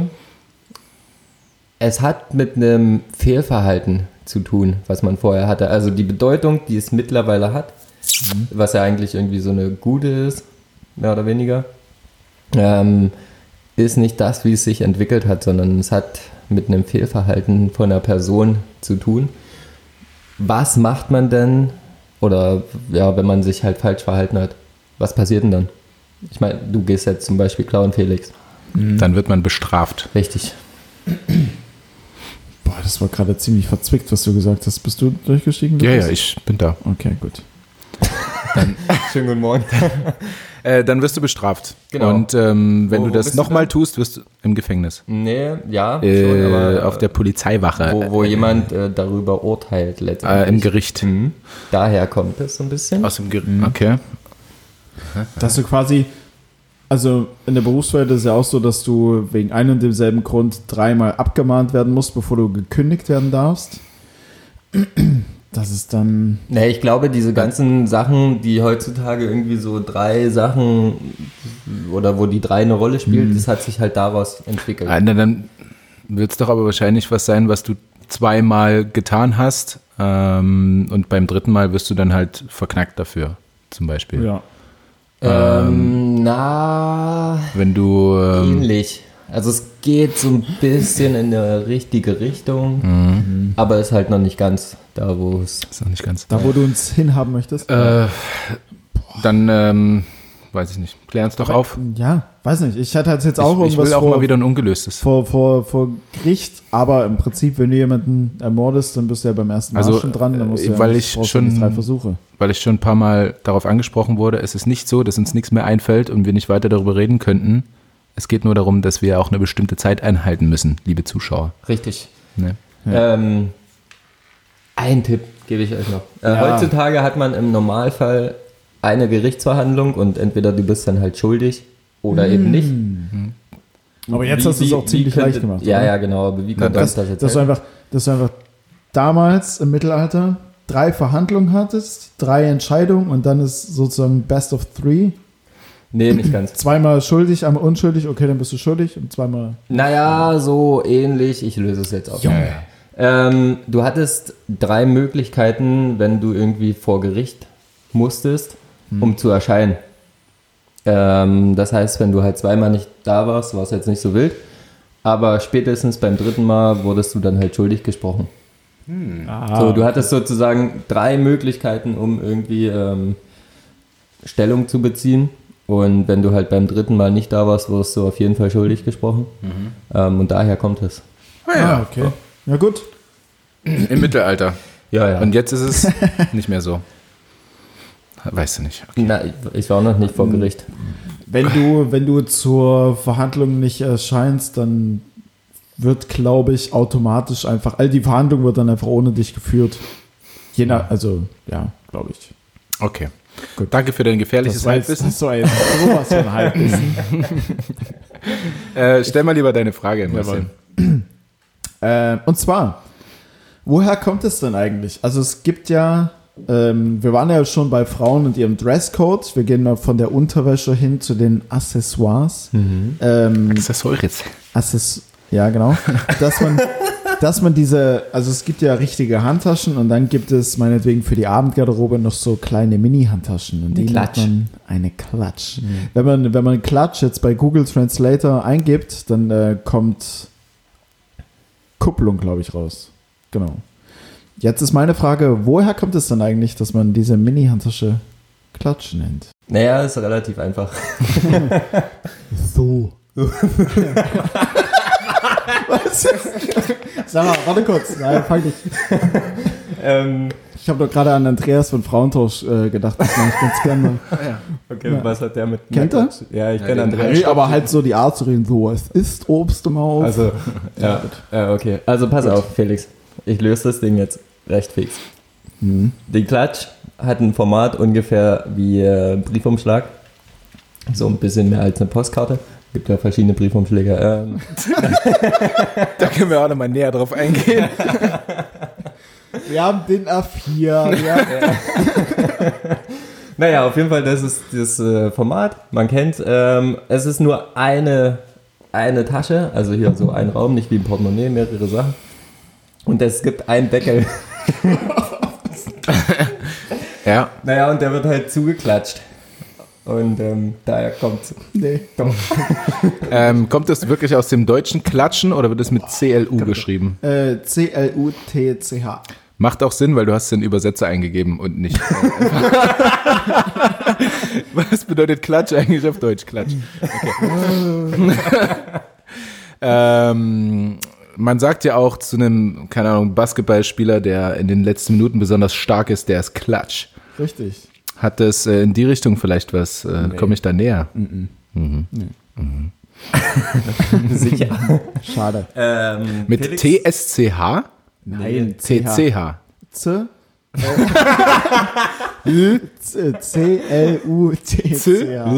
es hat mit einem Fehlverhalten zu tun, was man vorher hatte. Also die Bedeutung, die es mittlerweile hat, was ja eigentlich irgendwie so eine gute ist, mehr oder weniger, ähm, ist nicht das, wie es sich entwickelt hat, sondern es hat mit einem Fehlverhalten von einer Person zu tun. Was macht man denn, oder ja, wenn man sich halt falsch verhalten hat, was passiert denn dann? Ich meine, du gehst jetzt zum Beispiel klauen, Felix. Dann wird man bestraft. Richtig. Boah, das war gerade ziemlich verzwickt, was du gesagt hast. Bist du durchgestiegen? Ja, Lukas? ja, ich bin da. Okay, gut. Schönen guten Morgen. Äh, dann wirst du bestraft. Genau. Und ähm, wenn Wo- du wo das bist du nochmal dann? tust, wirst du im Gefängnis. Nee, ja, Äh, schon, aber auf der Polizeiwache. wo, wo jemand äh, darüber urteilt letztendlich. Äh, Im Gericht. Mhm. Daher kommt es so ein bisschen. Aus dem Gericht. Okay. Dass du quasi, also in der Berufswelt ist es ja auch so, dass du wegen einem und demselben Grund dreimal abgemahnt werden musst, bevor du gekündigt werden darfst. Das ist dann, Nee, ich glaube, diese ganzen Sachen, die heutzutage irgendwie so drei Sachen oder wo die drei eine Rolle spielt, das hat sich halt daraus entwickelt. Ah, na, dann wird es doch aber wahrscheinlich was sein, was du zweimal getan hast ähm, und beim dritten Mal wirst du dann halt verknackt dafür, zum Beispiel. Ja. Ähm, na, Wenn du ähm, ähnlich. Also es geht so ein bisschen in eine richtige Richtung, Mhm. aber ist halt noch nicht ganz da, wo es... ist noch nicht ganz. Da, wo du uns hinhaben möchtest. Äh, dann ähm, weiß ich nicht. Klär uns doch auf. Ja, weiß nicht. Ich hatte jetzt auch ich, ich irgendwas will auch vor, mal wieder ein ungelöstes. vor, vor, vor Gericht, aber im Prinzip, wenn du jemanden ermordest, dann bist du ja beim ersten Mal Also, schon dran. Dann musst du äh, ja weil nicht- ich brauchst du schon- nicht drei Versuche. Weil ich schon ein paar Mal darauf angesprochen wurde, es ist nicht so, dass uns nichts mehr einfällt und wir nicht weiter darüber reden könnten. Es geht nur darum, dass wir auch eine bestimmte Zeit einhalten müssen, liebe Zuschauer. Richtig. Ne? Ähm, ein Tipp gebe ich euch noch. Äh, Ja. Heutzutage hat man im Normalfall eine Gerichtsverhandlung und entweder du bist dann halt schuldig oder eben nicht. Aber jetzt Wie- hast du es wie- auch ziemlich wie könnte- leicht gemacht. Ja, oder? ja, genau. Aber wie könnte Das, das, das jetzt dass, du helfen? einfach, dass du einfach damals im Mittelalter drei Verhandlungen hattest, drei Entscheidungen und dann ist sozusagen Best of Three. Nee, nicht ganz. Zweimal schuldig, einmal unschuldig, okay, dann bist du schuldig und zweimal. Naja, so ähnlich. Ich löse es jetzt auf. Ähm, du hattest drei Möglichkeiten, wenn du irgendwie vor Gericht musstest, um zu erscheinen. Ähm, das heißt, wenn du halt zweimal nicht da warst, war es jetzt nicht so wild. Aber spätestens beim dritten Mal wurdest du dann halt schuldig gesprochen. Ah, So, du hattest sozusagen drei Möglichkeiten, um irgendwie ähm, Stellung zu beziehen. Und wenn du halt beim dritten Mal nicht da warst, wurdest du auf jeden Fall schuldig gesprochen. Ähm, und daher kommt es. ah, okay. Ja, gut. Im Mittelalter. Ja, ja. Und jetzt ist es nicht mehr so. Weißt du nicht. Okay. Na, ich- ich war noch nicht vor Gericht. Wenn du, wenn du zur Verhandlung nicht erscheinst, dann wird, glaube ich, automatisch einfach, all die Verhandlung wird dann einfach ohne dich geführt. Je nach, also, ja, glaube ich. Okay. Gut. Danke für dein gefährliches war jetzt- Halbwissen. so ein sowas von Halbwissen. Äh, stell mal lieber deine Frage, Marcel. Äh, und zwar, woher kommt es denn eigentlich? Also es gibt ja, ähm, wir waren ja schon bei Frauen und ihrem Dresscode. Wir gehen mal von der Unterwäsche hin zu den Accessoires. Ähm, Accessoires. Access ja, genau. Dass man, dass man diese, also es gibt ja richtige Handtaschen und dann gibt es meinetwegen für die Abendgarderobe noch so kleine Mini-Handtaschen. Und Eine die nennt Klatsch. man eine Klatsch. Wenn man, wenn man Klatsch jetzt bei Google Translator eingibt, dann äh, kommt Kupplung, glaube ich, raus. Genau. Jetzt ist meine Frage, woher kommt es denn eigentlich, dass man diese Mini-Handtasche Klatsch nennt? Naja, ist relativ einfach. So. Was? Sag mal, warte kurz. Nein, fang nicht. ähm, Ich habe doch gerade an Andreas von Frauentausch äh, gedacht. Das mache ich ganz gerne. okay, Ja. was hat der mit... Kennt er? Ja, ich Ja, kenne den Andreas. Nee, aber halt so die Art zu reden, so, es ist Obst im Haus. Also, ja, ja, okay. Also pass auf, Felix. Ich löse das Ding jetzt recht fix. Mhm. Die Klatsch hat ein Format ungefähr wie äh, ein Briefumschlag. So ein bisschen mehr als eine Postkarte. Gibt ja verschiedene Briefumschläge. Ähm, Da können wir auch nochmal näher drauf eingehen. Wir haben den A vier. Wir haben naja, auf jeden Fall, das ist das äh, Format. Man kennt, ähm, es ist nur eine, eine Tasche, also hier so ein Raum, nicht wie ein Portemonnaie, mehrere Sachen. Und es gibt einen Deckel. Ja. Naja, und der wird halt zugeklatscht. Und ähm, daher kommt nee. Ähm, kommt das wirklich aus dem deutschen Klatschen oder wird es mit C L U geschrieben? äh, C L U T C H. Macht auch Sinn, weil du hast den Übersetzer eingegeben und nicht. Äh, Was bedeutet Klatsch eigentlich auf Deutsch? Klatsch. Okay. ähm, man sagt ja auch zu einem, keine Ahnung, Basketballspieler, der in den letzten Minuten besonders stark ist, der ist Klatsch. Richtig. Hat das äh, in die Richtung vielleicht was? Äh, Nee. Komme ich da näher? sicher. Schade. ähm, Mit Felix- T S C H? Nein, C C H. C. C L U T C H.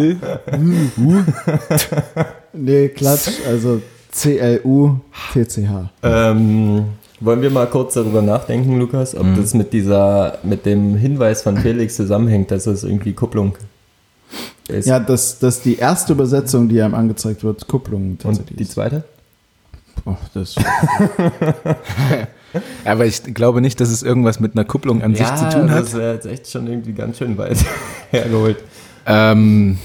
Nee, Klatsch, also C L U T C H. Ähm, wollen wir mal kurz darüber nachdenken, Lukas, ob das mit dieser, mit dem Hinweis von Felix zusammenhängt, dass es irgendwie Kupplung ist. Ja, das, das ist die erste Übersetzung, die einem angezeigt wird. Kupplung Und tatsächlich. die zweite? Oh, das Aber ich glaube nicht, dass es irgendwas mit einer Kupplung an sich zu tun hat. Das wäre jetzt echt schon irgendwie ganz schön weit hergeholt. Ähm,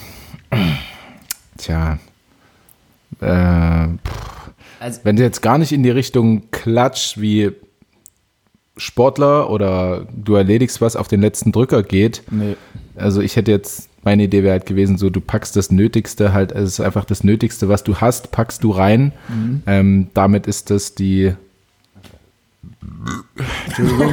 tja. Äh, Also, wenn du jetzt gar nicht in die Richtung Klatsch wie Sportler oder du erledigst was auf den letzten Drücker geht. Nee. Also ich hätte jetzt, meine Idee wäre halt gewesen, so du packst das Nötigste halt, es ist einfach das Nötigste, was du hast, packst du rein. Mhm. Ähm, damit ist das die Entschuldigung.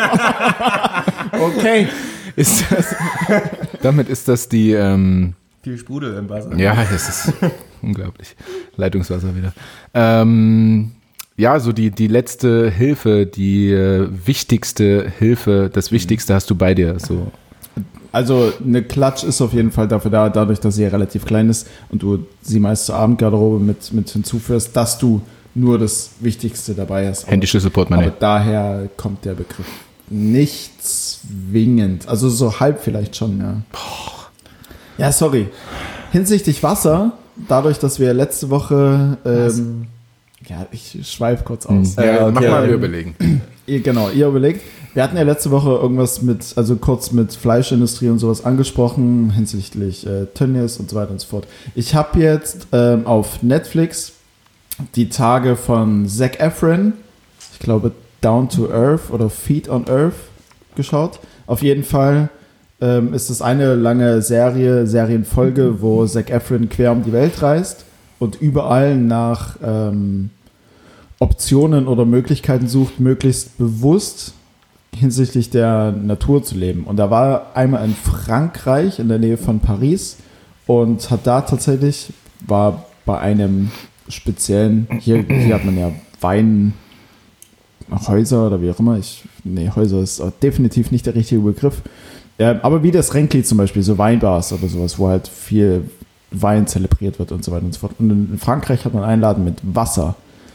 Okay. Ist das, damit ist das die ähm, viel Sprudel im Wasser. Ja, das ist unglaublich. Leitungswasser wieder. Ähm, ja, so die, die letzte Hilfe, die äh, wichtigste Hilfe, das Wichtigste hast du bei dir. So. Also eine Klatsch ist auf jeden Fall dafür da, dadurch, dass sie ja relativ klein ist und du sie meist zur Abendgarderobe mit, mit hinzuführst, dass du nur das Wichtigste dabei hast. Handy, Schlüssel, Portemonnaie. Aber daher kommt der Begriff. Nicht zwingend. Also so halb vielleicht schon, ja. Ja, sorry. Hinsichtlich Wasser, dadurch, dass wir letzte Woche ähm, ja, ich schweife kurz aus. Ja, Ja, okay. mach mal, wir Ähm, überlegen. Ihr, genau, ihr überlegt. Wir hatten ja letzte Woche irgendwas mit, also kurz mit Fleischindustrie und sowas angesprochen, hinsichtlich äh, Tönnies und so weiter und so fort. Ich habe jetzt ähm, auf Netflix die Tage von Zac Efron, ich glaube Down to Earth oder Feet on Earth geschaut. Auf jeden Fall ähm, ist es eine lange Serie, Serienfolge, wo Zac Efron quer um die Welt reist und überall nach ähm, Optionen oder Möglichkeiten sucht, möglichst bewusst hinsichtlich der Natur zu leben. Und da war einmal in Frankreich, in der Nähe von Paris, und hat da tatsächlich, war bei einem speziellen, hier, hier hat man ja Weinhäuser oder wie auch immer, ich, nee, Häuser ist definitiv nicht der richtige Begriff, äh, aber wie das Ränkli zum Beispiel, so Weinbars oder sowas, wo halt viel Wein zelebriert wird und so weiter und so fort. Und in Frankreich hat man einen Laden mit Wasser.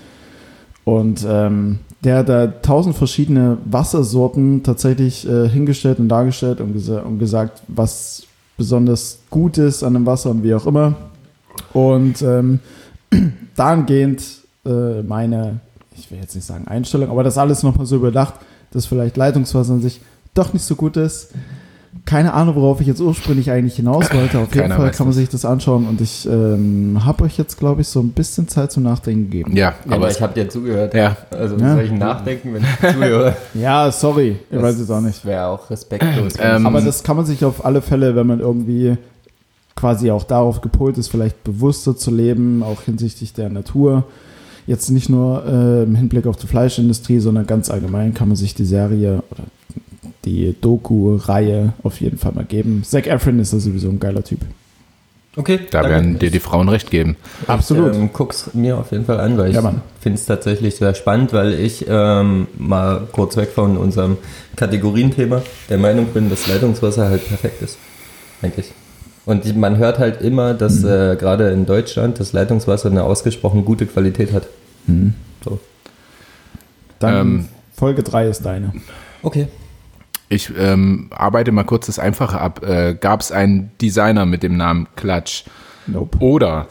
Und ähm, der hat da tausend verschiedene Wassersorten tatsächlich äh, hingestellt und dargestellt und, gesa- und gesagt, was besonders gut ist an dem Wasser und wie auch immer. Und ähm, dahingehend äh, meine, ich will jetzt nicht sagen Einstellung, aber das alles nochmal so überdacht, dass vielleicht Leitungswasser an sich doch nicht so gut ist. Keine Ahnung, worauf ich jetzt ursprünglich eigentlich hinaus wollte. Auf jeden Keiner Fall weiß kann man das. sich das anschauen und ich ähm, habe euch jetzt, glaube ich, so ein bisschen Zeit zum Nachdenken gegeben. Ja, Aber aber ich habe dir zugehört. Ja. Also Ja. soll ich nachdenken, wenn ich zuhöre? Ja, sorry, ich weiß es auch nicht. Das wäre auch respektlos. Ähm, Aber das kann man sich auf alle Fälle, wenn man irgendwie quasi auch darauf gepolt ist, vielleicht bewusster zu leben, auch hinsichtlich der Natur. Jetzt nicht nur äh, im Hinblick auf die Fleischindustrie, sondern ganz allgemein kann man sich die Serie oder die Doku-Reihe auf jeden Fall mal geben. Zac Efron ist da sowieso ein geiler Typ. okay, da danke. werden dir die Frauen recht geben. Absolut. Ich ähm, guck's mir auf jeden Fall an, weil Ja, ich Mann. finde es tatsächlich sehr spannend, weil ich ähm, mal kurz weg von unserem Kategorienthema der Meinung bin, dass Leitungswasser halt perfekt ist. Eigentlich. Und die, man hört halt immer, dass Mhm. äh, gerade in Deutschland das Leitungswasser eine ausgesprochen gute Qualität hat. Mhm. So. Dann Ähm, Folge drei ist deine. Okay. Ich ähm, arbeite mal kurz das Einfache ab. Äh, Gab es einen Designer mit dem Namen Klatsch? Nope. Oder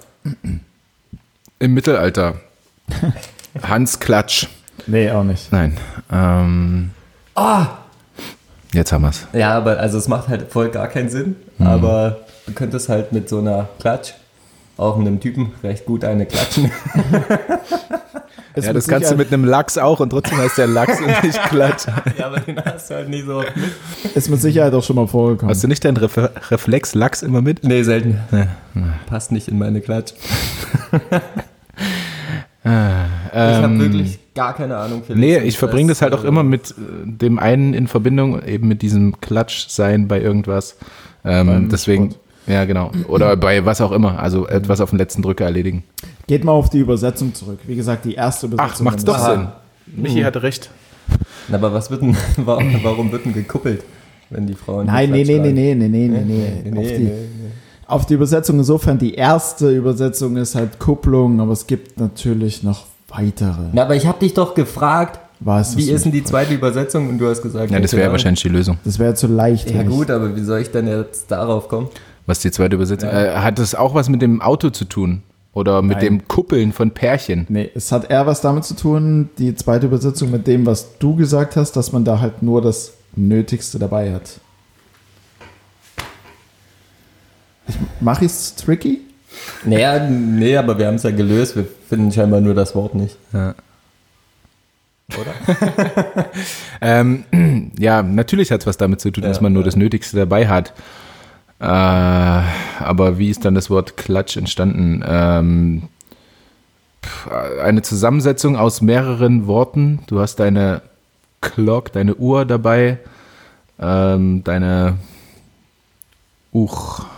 im Mittelalter Hans Klatsch? Nee, auch nicht. Nein. Ähm, Ah! jetzt haben wir es. Ja, aber also es macht halt voll gar keinen Sinn, aber du könntest halt mit so einer Klatsch auch einem Typen recht gut eine klatschen. Ist Ja, mit das kannst du Sicherheit- mit einem Lachs auch und trotzdem heißt der Lachs und nicht Klatsch. Ja, aber den hast du halt nicht so oft mit. Ist mit Sicherheit auch schon mal vorgekommen. Hast du nicht deinen Re Reflex Lachs immer mit? Nee, selten. Ja. Passt nicht in meine Klatsch. Ähm, Ich habe wirklich gar keine Ahnung. Felix. Nee, Und ich verbringe das halt auch äh, immer mit äh, dem einen in Verbindung, eben mit diesem Klatsch-Sein bei irgendwas. Ähm, Beim deswegen, Sport. ja genau. Oder bei was auch immer. Also etwas auf den letzten Drücker erledigen. Geht mal auf die Übersetzung zurück. Wie gesagt, die erste Übersetzung. Ach, macht's doch Aha. Sinn. Michi hatte recht. Na, aber was wird denn, warum, warum wird denn gekuppelt, wenn die Frauen Nein, nee, Klatsch nee, nee, tragen? nee, nee, nee, nee, nee. Auf die, auf die Übersetzung insofern, die erste Übersetzung ist halt Kupplung, aber es gibt natürlich noch weitere. Na, aber ich habe dich doch gefragt, Was wie ist denn die zweite Übersetzung? Und du hast gesagt, Ja, das keine wäre Ahnung. wahrscheinlich die Lösung. Das wäre zu leicht. Ja gut, aber wie soll ich denn jetzt darauf kommen? Was die zweite Übersetzung? Ja. Äh, hat das auch was mit dem Auto zu tun? Oder mit Nein. dem Kuppeln von Pärchen? Nee, es hat eher was damit zu tun, die zweite Übersetzung mit dem, was du gesagt hast, dass man da halt nur das Nötigste dabei hat. Ich, mach ich's tricky? Naja, nee, aber wir haben es ja gelöst. Wir finden scheinbar nur das Wort nicht. Ja. Oder? ähm, ja, natürlich hat es was damit zu tun, dass Ja, man nur ja. das Nötigste dabei hat. Äh, aber wie ist dann das Wort Klatsch entstanden? Ähm, pf, eine Zusammensetzung aus mehreren Worten. Du hast deine Clock, deine Uhr dabei, ähm, deine Uch,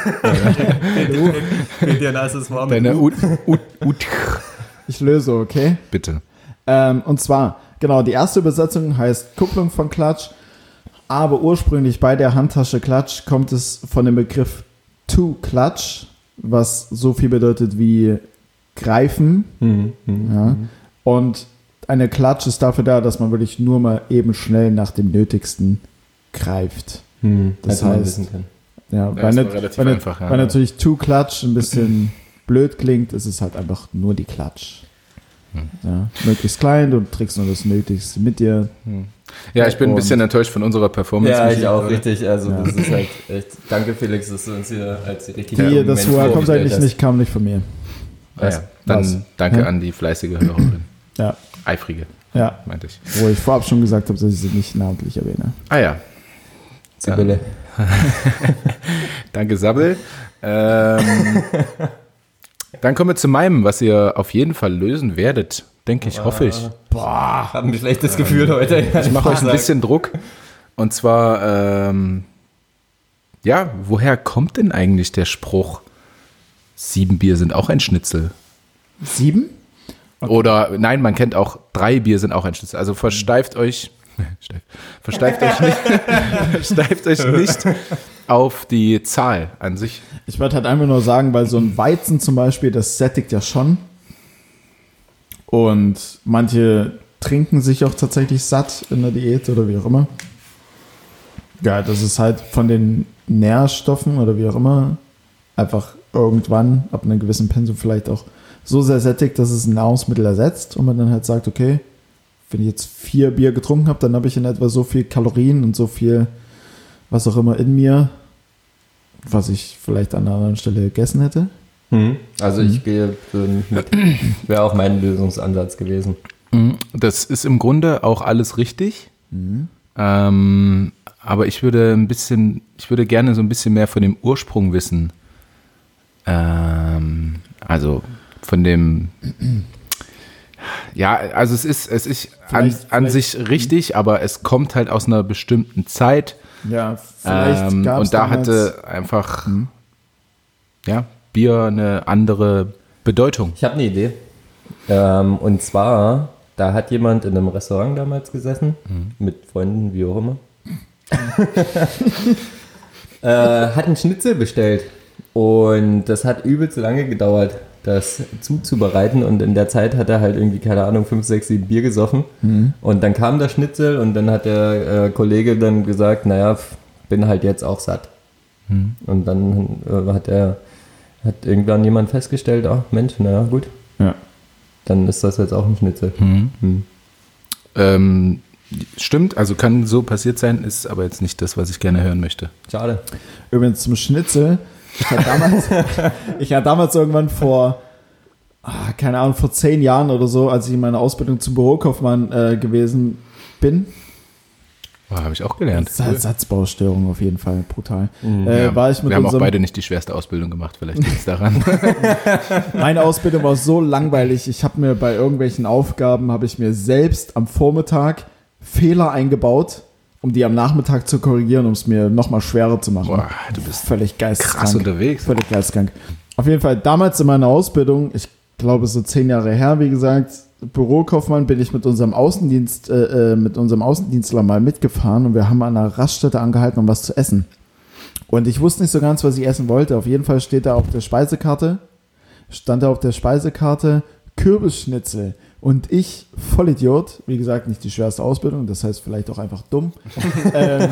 Fehlt dir ein nasses Wort? deine Ut, Ut, Ut, Ich löse, okay? bitte. Ähm, und zwar, genau, die erste Übersetzung heißt Kupplung von Klatsch, aber ursprünglich bei der Handtasche Klatsch kommt es von dem Begriff to clutch, was so viel bedeutet wie greifen. Mhm. Mhm. Ja. Und eine Klatsch ist dafür da, dass man wirklich nur mal eben schnell nach dem Nötigsten greift. Mhm. Das Hätte man heißt- wissen können. Ja, Ja, weil, ist nicht, aber relativ weil, einfach, ja. weil natürlich to clutch ein bisschen blöd klingt, ist es halt einfach nur die Klatsch. Hm. Ja, möglichst klein, du trägst nur das Nötigste mit dir. Ja, ich bin ein Und- bisschen enttäuscht von unserer Performance. Ja, Michi, ich auch, gerade. richtig. Also, Ja. das ist halt echt. Danke, Felix, dass du uns hier als die richtige Die, das woher kommt eigentlich hast. nicht, kam nicht von mir. Ah, ja. Dann Was? danke Ja. an die fleißige Hörerin. Ja, Eifrige, ja. meinte ich. Wo ich vorab schon gesagt habe, dass ich sie nicht namentlich erwähne. Ah ja, Sibylle. danke Sabbel. Ähm, dann kommen wir zu meinem, was ihr auf jeden Fall lösen werdet, denke ich, hoffe ich. Boah. Hab ein schlechtes Gefühl heute. Ich mache euch ein bisschen Druck. Und zwar, ähm, ja, woher kommt denn eigentlich der Spruch, sieben Bier sind auch ein Schnitzel? Sieben? Oder, nein, man kennt auch, drei Bier sind auch ein Schnitzel. Also versteift euch, steif, versteift euch nicht, versteift euch nicht auf die Zahl an sich. Ich würde halt einfach nur sagen, weil so ein Weizen zum Beispiel, das sättigt ja schon. Und manche trinken sich auch tatsächlich satt in der Diät oder wie auch immer. Ja, das ist halt von den Nährstoffen oder wie auch immer einfach irgendwann ab einem gewissen Pensum vielleicht auch so sehr sättigt, dass es ein Nahrungsmittel ersetzt und man dann halt sagt, okay, wenn ich jetzt vier Bier getrunken habe, dann habe ich in etwa so viel Kalorien und so viel was auch immer in mir, was ich vielleicht an einer anderen Stelle gegessen hätte. Mhm. Also, ich gehe so mit. Wäre auch mein Lösungsansatz gewesen. Das ist im Grunde auch alles richtig. Ähm, aber ich würde ein bisschen, ich würde gerne so ein bisschen mehr von dem Ursprung wissen. Ähm, also von dem, ja, also es ist, es ist an, Vielleicht- an vielleicht- sich richtig, aber es kommt halt aus einer bestimmten Zeit. Ja, vielleicht Ähm, gab's und da damals- hatte einfach, ja, Bier eine andere Bedeutung. Ich habe eine Idee. Ähm, und zwar, da hat jemand in einem Restaurant damals gesessen, mit Freunden, wie auch immer. äh, hat einen Schnitzel bestellt. Und das hat übelst lange gedauert, das zuzubereiten. Und in der Zeit hat er halt irgendwie, keine Ahnung, fünf, sechs, sieben Bier gesoffen. Und dann kam der Schnitzel und dann hat der äh, Kollege dann gesagt, naja, f- bin halt jetzt auch satt. Und dann äh, hat er, hat irgendwann jemand festgestellt, ach Mensch, naja, gut, Ja. dann ist das jetzt auch ein Schnitzel. Hm. Ähm, stimmt, also kann so passiert sein, ist aber jetzt nicht das, was ich gerne hören möchte. Schade. Übrigens zum Schnitzel. Ich hatte damals, ich hatte damals irgendwann vor, ah, keine Ahnung, vor zehn Jahren oder so, als ich in meiner Ausbildung zum Bürokaufmann äh, gewesen bin. Oh, habe ich auch gelernt. Sa- Satzbaustörung auf jeden Fall, brutal. Mhm. Äh, Ja, war ich mit wir haben auch unserem, beide nicht die schwerste Ausbildung gemacht, vielleicht liegt es daran. Meine Ausbildung war so langweilig. Ich habe mir bei irgendwelchen Aufgaben, habe ich mir selbst am Vormittag Fehler eingebaut, um die am Nachmittag zu korrigieren, um es mir nochmal schwerer zu machen. Boah, du bist völlig geisteskrank. krass unterwegs. Völlig geisteskrank. Auf jeden Fall, damals in meiner Ausbildung, ich glaube so zehn Jahre her, wie gesagt, Bürokaufmann, bin ich mit unserem Außendienst, äh, äh, mit unserem Außendienstler mal mitgefahren und wir haben an einer Raststätte angehalten, um was zu essen. Und ich wusste nicht so ganz, was ich essen wollte. Auf jeden Fall steht da auf der Speisekarte, stand da auf der Speisekarte Kürbisschnitzel. Und ich, Vollidiot, wie gesagt, nicht die schwerste Ausbildung, das heißt vielleicht auch einfach dumm, ähm,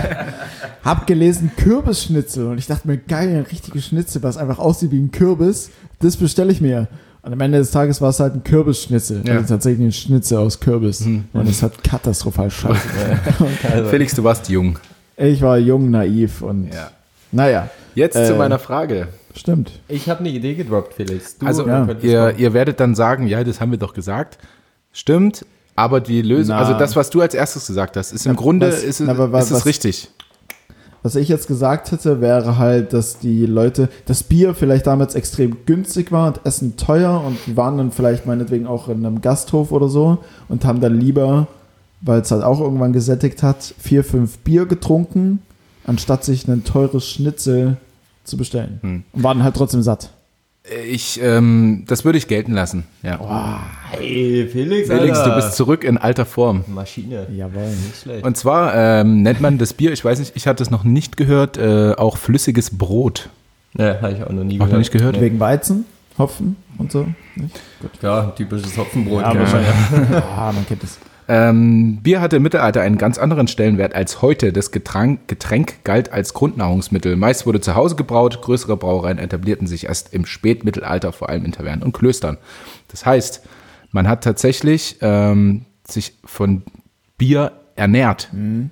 hab gelesen Kürbisschnitzel und ich dachte mir, geil, ein richtiges Schnitzel, was einfach aussieht wie ein Kürbis, das bestelle ich mir. Und am Ende des Tages war es halt ein Kürbisschnitzel. Ja. Also tatsächlich ein Schnitzel aus Kürbis. Mhm. Und es hat katastrophal scheiße. Also, Felix, du warst jung. Ich war jung, naiv und Ja. naja, Jetzt Äh, zu meiner Frage. stimmt. ich habe eine Idee gedroppt, Felix. Du Also ja. könntest ihr, mal- ihr werdet dann sagen, ja, das haben wir doch gesagt. Stimmt, aber die Lösung, Na. also das, was du als erstes gesagt hast, ist im Na, Grunde was- ist, es- na, aber wa- ist es was- richtig. Was ich jetzt gesagt hätte, wäre halt, dass die Leute, das Bier vielleicht damals extrem günstig war und Essen teuer und die waren dann vielleicht meinetwegen auch in einem Gasthof oder so und haben dann lieber, weil es halt auch irgendwann gesättigt hat, vier, fünf Bier getrunken, anstatt sich ein teures Schnitzel zu bestellen. Hm. Und waren halt trotzdem satt. Ich, ähm, das würde ich gelten lassen. Ja. Hey, Felix, Felix, Alter. du bist zurück in alter Form. Maschine. Jawohl. Nicht schlecht. Und zwar ähm, nennt man das Bier, ich weiß nicht, ich hatte es noch nicht gehört, äh, auch flüssiges Brot. Ne, habe ich auch noch nie Auch gehört. noch nicht gehört? Wegen Weizen, Hopfen und so. Nicht? Ja, typisches Hopfenbrot. Ja, Ja, wahrscheinlich. Ah, man kennt es. Ähm, Bier hatte im Mittelalter einen ganz anderen Stellenwert als heute. Das Getränk, Getränk galt als Grundnahrungsmittel. Meist wurde zu Hause gebraut. Größere Brauereien etablierten sich erst im Spätmittelalter, vor allem in Tavernen und Klöstern. Das heißt, man hat tatsächlich ähm, sich von Bier ernährt. Mhm.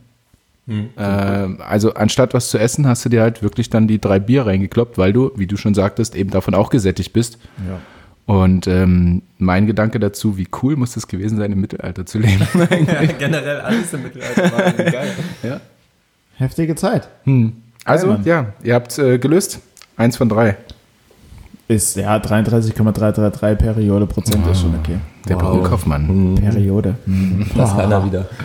Ähm, also anstatt was zu essen, hast du dir halt wirklich dann die drei Bier reingekloppt, weil du, wie du schon sagtest, eben davon auch gesättigt bist. Ja. Und ähm, mein Gedanke dazu, wie cool muss es gewesen sein, im Mittelalter zu leben. generell alles im Mittelalter war irgendwie geil. Ja. Heftige Zeit. Hm. Also, Mann. ja, ihr habt äh, gelöst. Eins von drei. Ist, ja, dreiunddreißig Komma drei drei drei Periode Prozent ist schon okay. Der Wow. Bürokauffmann. Periode. Das kann er wieder.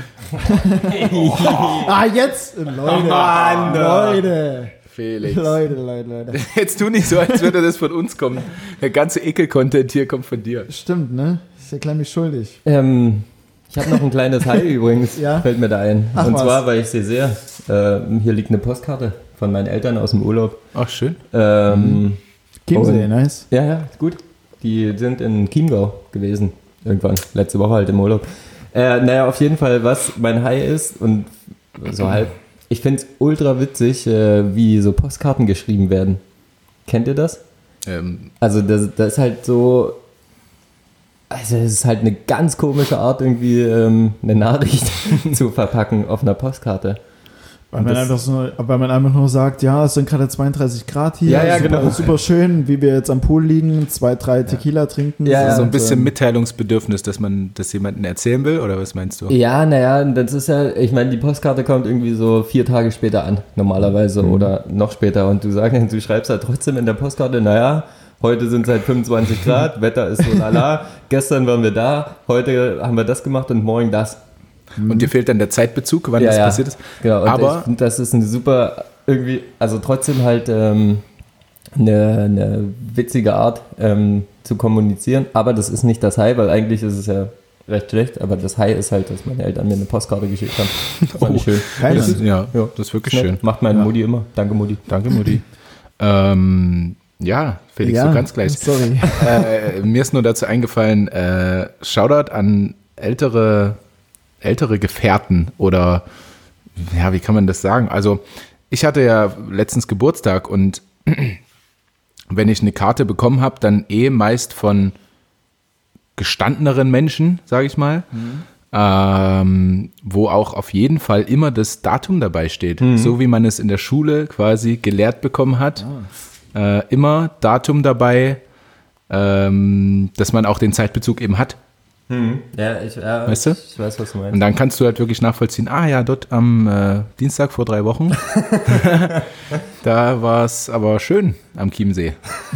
Ah, jetzt! Leute! Mann, Leute! Felix. Leute, Leute, Leute. Jetzt tu nicht so, als würde das von uns kommen. Der ganze Ekel-Content hier kommt von dir. Stimmt, ne? Ich erkläre mich schuldig. Ähm, ich habe noch ein kleines Hi übrigens, Ja? fällt mir da ein. Ach, Und was. zwar, weil ich sie sehe, äh, hier liegt eine Postkarte von meinen Eltern aus dem Urlaub. Ach, schön. Ähm, Chiemsee, Oh. nice. Ja, ja, ist gut. Die sind in Chiemgau gewesen. Irgendwann. Letzte Woche halt im Urlaub. Äh, naja, auf jeden Fall, was mein High ist und so halb. Ich finde es ultra witzig, äh, wie so Postkarten geschrieben werden. Kennt ihr das? Ähm, Also, das, das ist halt so. Also, es ist halt eine ganz komische Art, irgendwie ähm, eine Nachricht zu verpacken auf einer Postkarte. Weil Und man, das- einfach so, weil man einfach nur sagt, ja, es sind gerade zweiunddreißig Grad hier. Ja, ja, super, genau. super schön, wie wir jetzt am Pool liegen, zwei, drei Tequila trinken. Ja, ja. so ein und, bisschen ähm, Mitteilungsbedürfnis, dass man das jemandem erzählen will, oder was meinst du? Ja, naja, das ist ja, ich meine, die Postkarte kommt irgendwie so vier Tage später an, normalerweise, oder noch später. Und du sagst, du schreibst halt trotzdem in der Postkarte, naja, heute sind es halt fünfundzwanzig Grad, Wetter ist so lala, gestern waren wir da, heute haben wir das gemacht und morgen das. Und dir fehlt dann der Zeitbezug, wann Ja, das ja. passiert ist. Genau, und Aber- ich finde, das ist eine super, irgendwie, also trotzdem halt ähm, eine, eine witzige Art ähm, zu kommunizieren, aber das ist nicht das High, weil eigentlich ist es ja recht schlecht, aber das High ist halt, dass meine Eltern mir eine Postkarte geschickt haben. Das fand ich schön. Geil, Das Mann. ist, ja, Ja. das ist wirklich Nett. schön. Macht meine Ja. Mutti immer. Danke, Mutti. Danke, Mutti. ähm, ja, Felix, ja, du kannst gleich. Sorry. äh, mir ist nur dazu eingefallen, äh, Shoutout an ältere, ältere Gefährten oder, ja, wie kann man das sagen? Also, ich hatte ja letztens Geburtstag und wenn ich eine Karte bekommen habe, dann eh meist von gestandeneren Menschen, sage ich mal, ähm, wo auch auf jeden Fall immer das Datum dabei steht. So wie man es in der Schule quasi gelehrt bekommen hat. Äh, immer Datum dabei, ähm, dass man auch den Zeitbezug eben hat. Ja, ich, ja, Weißt du? ich weiß, was du Und meinst. dann kannst du halt wirklich nachvollziehen, ah ja, dort am äh, Dienstag vor drei Wochen, da war es aber schön am Chiemsee.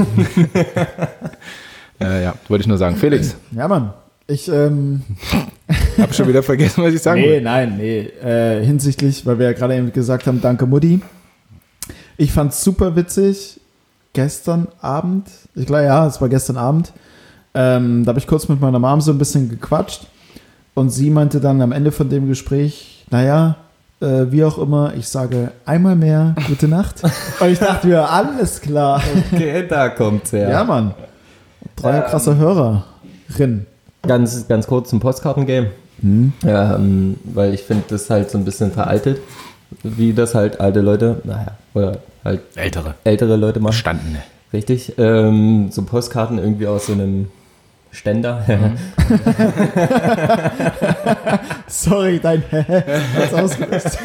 äh, ja, wollte ich nur sagen. Felix, Ja, Mann. Ich, ähm, hab schon wieder vergessen, was ich sagen nee, wollte. nein, nee. Äh, hinsichtlich, weil wir ja gerade eben gesagt haben, danke Mutti. Ich fand's super witzig. Gestern Abend, ich glaube, ja, es war gestern Abend, ähm, da habe ich kurz mit meiner Mom so ein bisschen gequatscht und sie meinte dann am Ende von dem Gespräch, naja, äh, wie auch immer, ich sage einmal mehr gute Nacht. Und ich dachte mir, alles klar. Okay, da kommt's her. Ja, Mann. Drei Ähm. krasse Hörerin. Ganz, ganz kurz zum Postkartengame. Hm. Ja, ähm, weil ich finde das halt so ein bisschen veraltet, wie das halt alte Leute, naja, oder halt Ältere. ältere Leute machen. Verstanden. Richtig. Ähm, so Postkarten irgendwie aus so einem Ständer. Mhm. Sorry, dein hat's ausgelöst.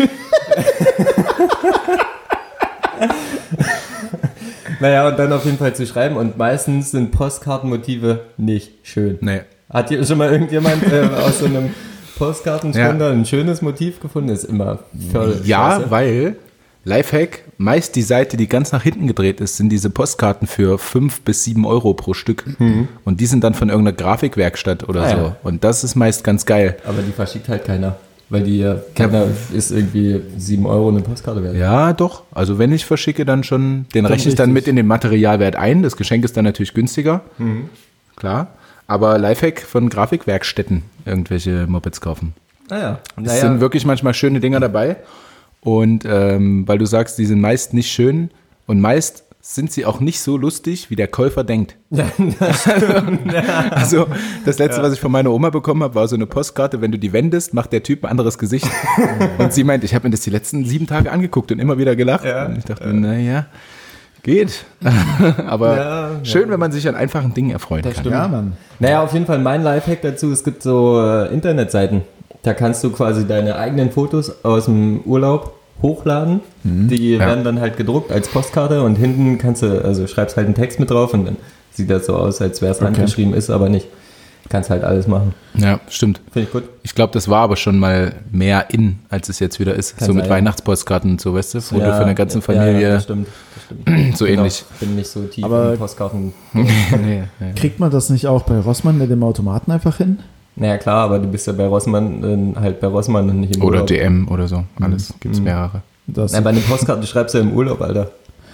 Naja, und dann auf jeden Fall zu schreiben. Und meistens sind Postkartenmotive nicht schön. Nee. Hat hier schon mal irgendjemand äh, aus so einem Postkartenständer ein schönes Motiv gefunden? Ist immer voll Ja, scheiße. weil Lifehack, meist die Seite, die ganz nach hinten gedreht ist, sind diese Postkarten für fünf bis sieben Euro pro Stück. Und die sind dann von irgendeiner Grafikwerkstatt oder Ah, so. ja. Und das ist meist ganz geil. Aber die verschickt halt keiner. Weil die ja, keiner ist irgendwie sieben Euro eine Postkarte wert. Ja, doch. Also wenn ich verschicke, dann schon, den Dann rechne ich dann richtig. mit in den Materialwert ein. Das Geschenk ist dann natürlich günstiger. Klar. Aber Lifehack von Grafikwerkstätten irgendwelche Mopeds kaufen. Naja. Es sind wirklich manchmal schöne Dinger dabei. Und ähm, weil du sagst, die sind meist nicht schön und meist sind sie auch nicht so lustig, wie der Käufer denkt. Ja, das stimmt. Ja. Also das Letzte, was ich von meiner Oma bekommen habe, war so eine Postkarte. Wenn du die wendest, macht der Typ ein anderes Gesicht. Und sie meint, ich habe mir das die letzten sieben Tage angeguckt und immer wieder gelacht. Ja. Und ich dachte, mir, naja, geht. Aber Ja, schön, ja. wenn man sich an einfachen Dingen erfreuen Das kann. stimmt. Ja, Mann. Naja, auf jeden Fall mein Lifehack dazu, es gibt so äh, Internetseiten. Da kannst du quasi deine eigenen Fotos aus dem Urlaub hochladen. Die Ja. werden dann halt gedruckt als Postkarte und hinten kannst du, also schreibst halt einen Text mit drauf und dann sieht das so aus, als wäre es handgeschrieben, ist aber nicht. Kannst halt alles machen. Ja, stimmt. Finde ich gut. Ich glaube, das war aber schon mal mehr in, als es jetzt wieder ist. Kann so mit sein, ja. Weihnachtspostkarten und so, weißt du? Foto Ja, für eine ganze ja, Familie. Ja, das stimmt. Das stimmt. So Genau, ähnlich. bin nicht so tief Aber- in Postkarten. nee, nee. Kriegt man das nicht auch bei Rossmann mit dem Automaten einfach hin? Naja, klar, aber du bist ja bei Rossmann äh, halt bei Rossmann und nicht im Oder Urlaub. D M oder so. Alles. Gibt's Mhm. mehrere. Das, Nein, bei einer Postkarte schreibst du ja im Urlaub, Alter.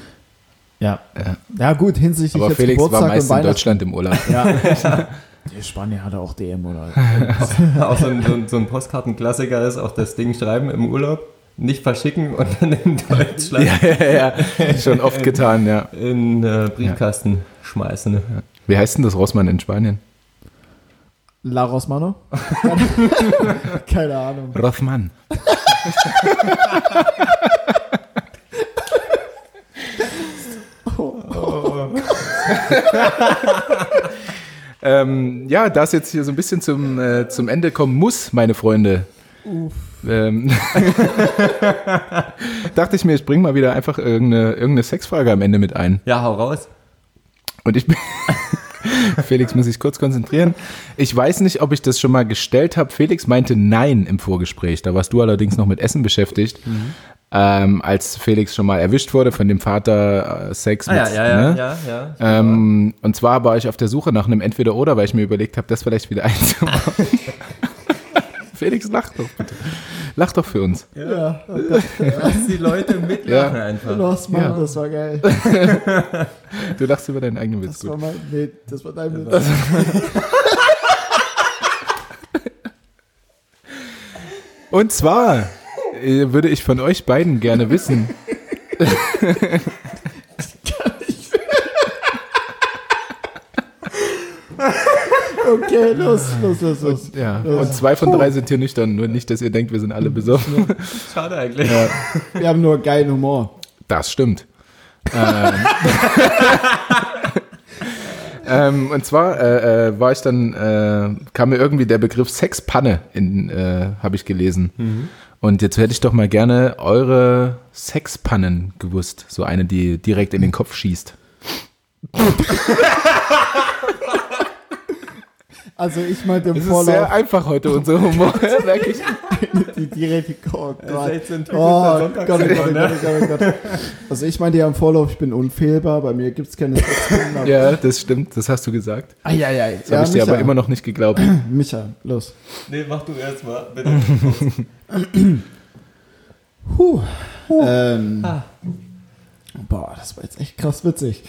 ja. Ja. ja, gut, hinsichtlich Aber jetzt Felix Geburtstag war meist und in Weihnachten. Deutschland im Urlaub. Ja. Die Spanier hatte auch D M oder. Auch so ein, so ein, so ein Postkartenklassiker ist auch das Ding schreiben im Urlaub, nicht verschicken und dann in Deutschland ja, ja, ja. Schon oft getan, ja. in äh, Briefkasten schmeißen. Wie heißt denn das Rossmann in Spanien? La Rossmano? Keine Ahnung. Rossmann. ähm, ja, da es jetzt hier so ein bisschen zum, äh, zum Ende kommen muss, meine Freunde, ähm, dachte ich mir, ich bringe mal wieder einfach irgendeine, irgendeine Sexfrage am Ende mit ein. Ja, hau raus. Und ich bin. Felix muss sich kurz konzentrieren. Ich weiß nicht, ob ich das schon mal gestellt habe. Felix meinte Nein im Vorgespräch. Da warst du allerdings noch mit Essen beschäftigt. Ähm, als Felix schon mal erwischt wurde von dem Vater äh, Sex mit, Ah, ja, ja, ja, ne? ja, ja. Ähm, und zwar war ich auf der Suche nach einem Entweder-Oder, weil ich mir überlegt habe, das vielleicht wieder einzubauen. Felix, lach doch bitte. Lach doch für uns. Ja, Lass die Leute mitlachen Ja. einfach. Rossmann, Ja. das war geil. Du lachst über deinen eigenen Witz. Das war Gut. mein, nee, das war dein Witz. Und zwar äh, würde ich von euch beiden gerne wissen. Okay, los, los, los, los. Ja, und zwei von drei sind hier nüchtern. Nur nicht, dass ihr denkt, wir sind alle besoffen. Schade eigentlich. Wir haben nur geilen Humor. Das stimmt. ähm, ähm, und zwar äh, äh, war ich dann, äh, kam mir irgendwie der Begriff Sexpanne in, äh, habe ich gelesen. Und jetzt hätte ich doch mal gerne eure Sexpannen gewusst. So eine, die direkt in den Kopf schießt. Also ich meinte im Es ist sehr Vorlauf, einfach heute, unser Humor. Merke ich. die direkt, oh Gott. echt so ein typischer Oh Gott, oh Sonntags- Gott, oh Gott, oh Gott, oh Gott. Also ich meinte ja im Vorlauf, ich bin unfehlbar, bei mir gibt es keine Sexpannen. aber- Ja, das stimmt, das hast du gesagt. Eieiei. Das habe ich dir aber immer noch nicht geglaubt. Micha, los. Nee, mach du erst mal, bitte. Huh. Ähm, Boah, das war jetzt echt krass witzig.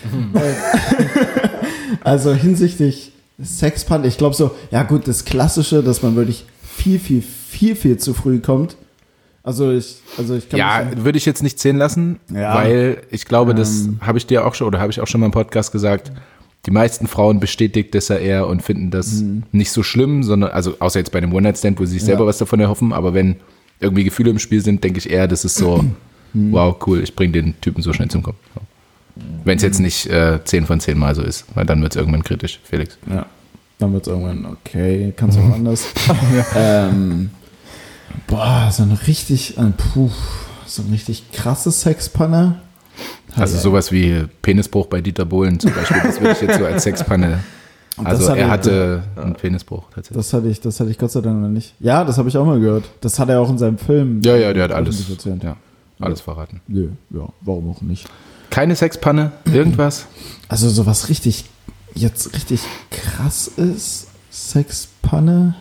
Also hinsichtlich Sexpan, ich glaube so, ja gut, das Klassische, dass man wirklich viel, viel, viel, viel zu früh kommt. Also ich, also ich kann Ja, mich- würde ich jetzt nicht zählen lassen, Ja. weil ich glaube, das Ähm. habe ich dir auch schon oder habe ich auch schon mal im Podcast gesagt, die meisten Frauen bestätigt das ja eher und finden das mhm. nicht so schlimm, sondern, also außer jetzt bei einem One-Night-Stand, wo sie sich ja. selber was davon erhoffen, aber wenn irgendwie Gefühle im Spiel sind, denke ich eher, das ist so, mhm. wow, cool, ich bringe den Typen so schnell zum Kommen. So. Wenn es jetzt nicht äh, zehn von zehn Mal so ist, weil dann wird es irgendwann kritisch, Felix. Ja, dann wird es irgendwann, okay, kannst du auch anders. ähm, boah, so ein richtig, äh, puh, so ein richtig krasses Sexpanne. Also sowas wie Penisbruch bei Dieter Bohlen zum Beispiel, das würde ich jetzt so als Sexpanne. Also er hatte ja. einen Penisbruch tatsächlich. Das hatte ich, das hatte ich Gott sei Dank noch nicht. Ja, das habe ich auch mal gehört. Das hat er auch in seinem Film. Ja, ja, der hat alles, ja, alles verraten. Nö, ja, warum auch nicht. Keine Sexpanne, irgendwas? Also sowas richtig, jetzt richtig krass ist, Sexpanne?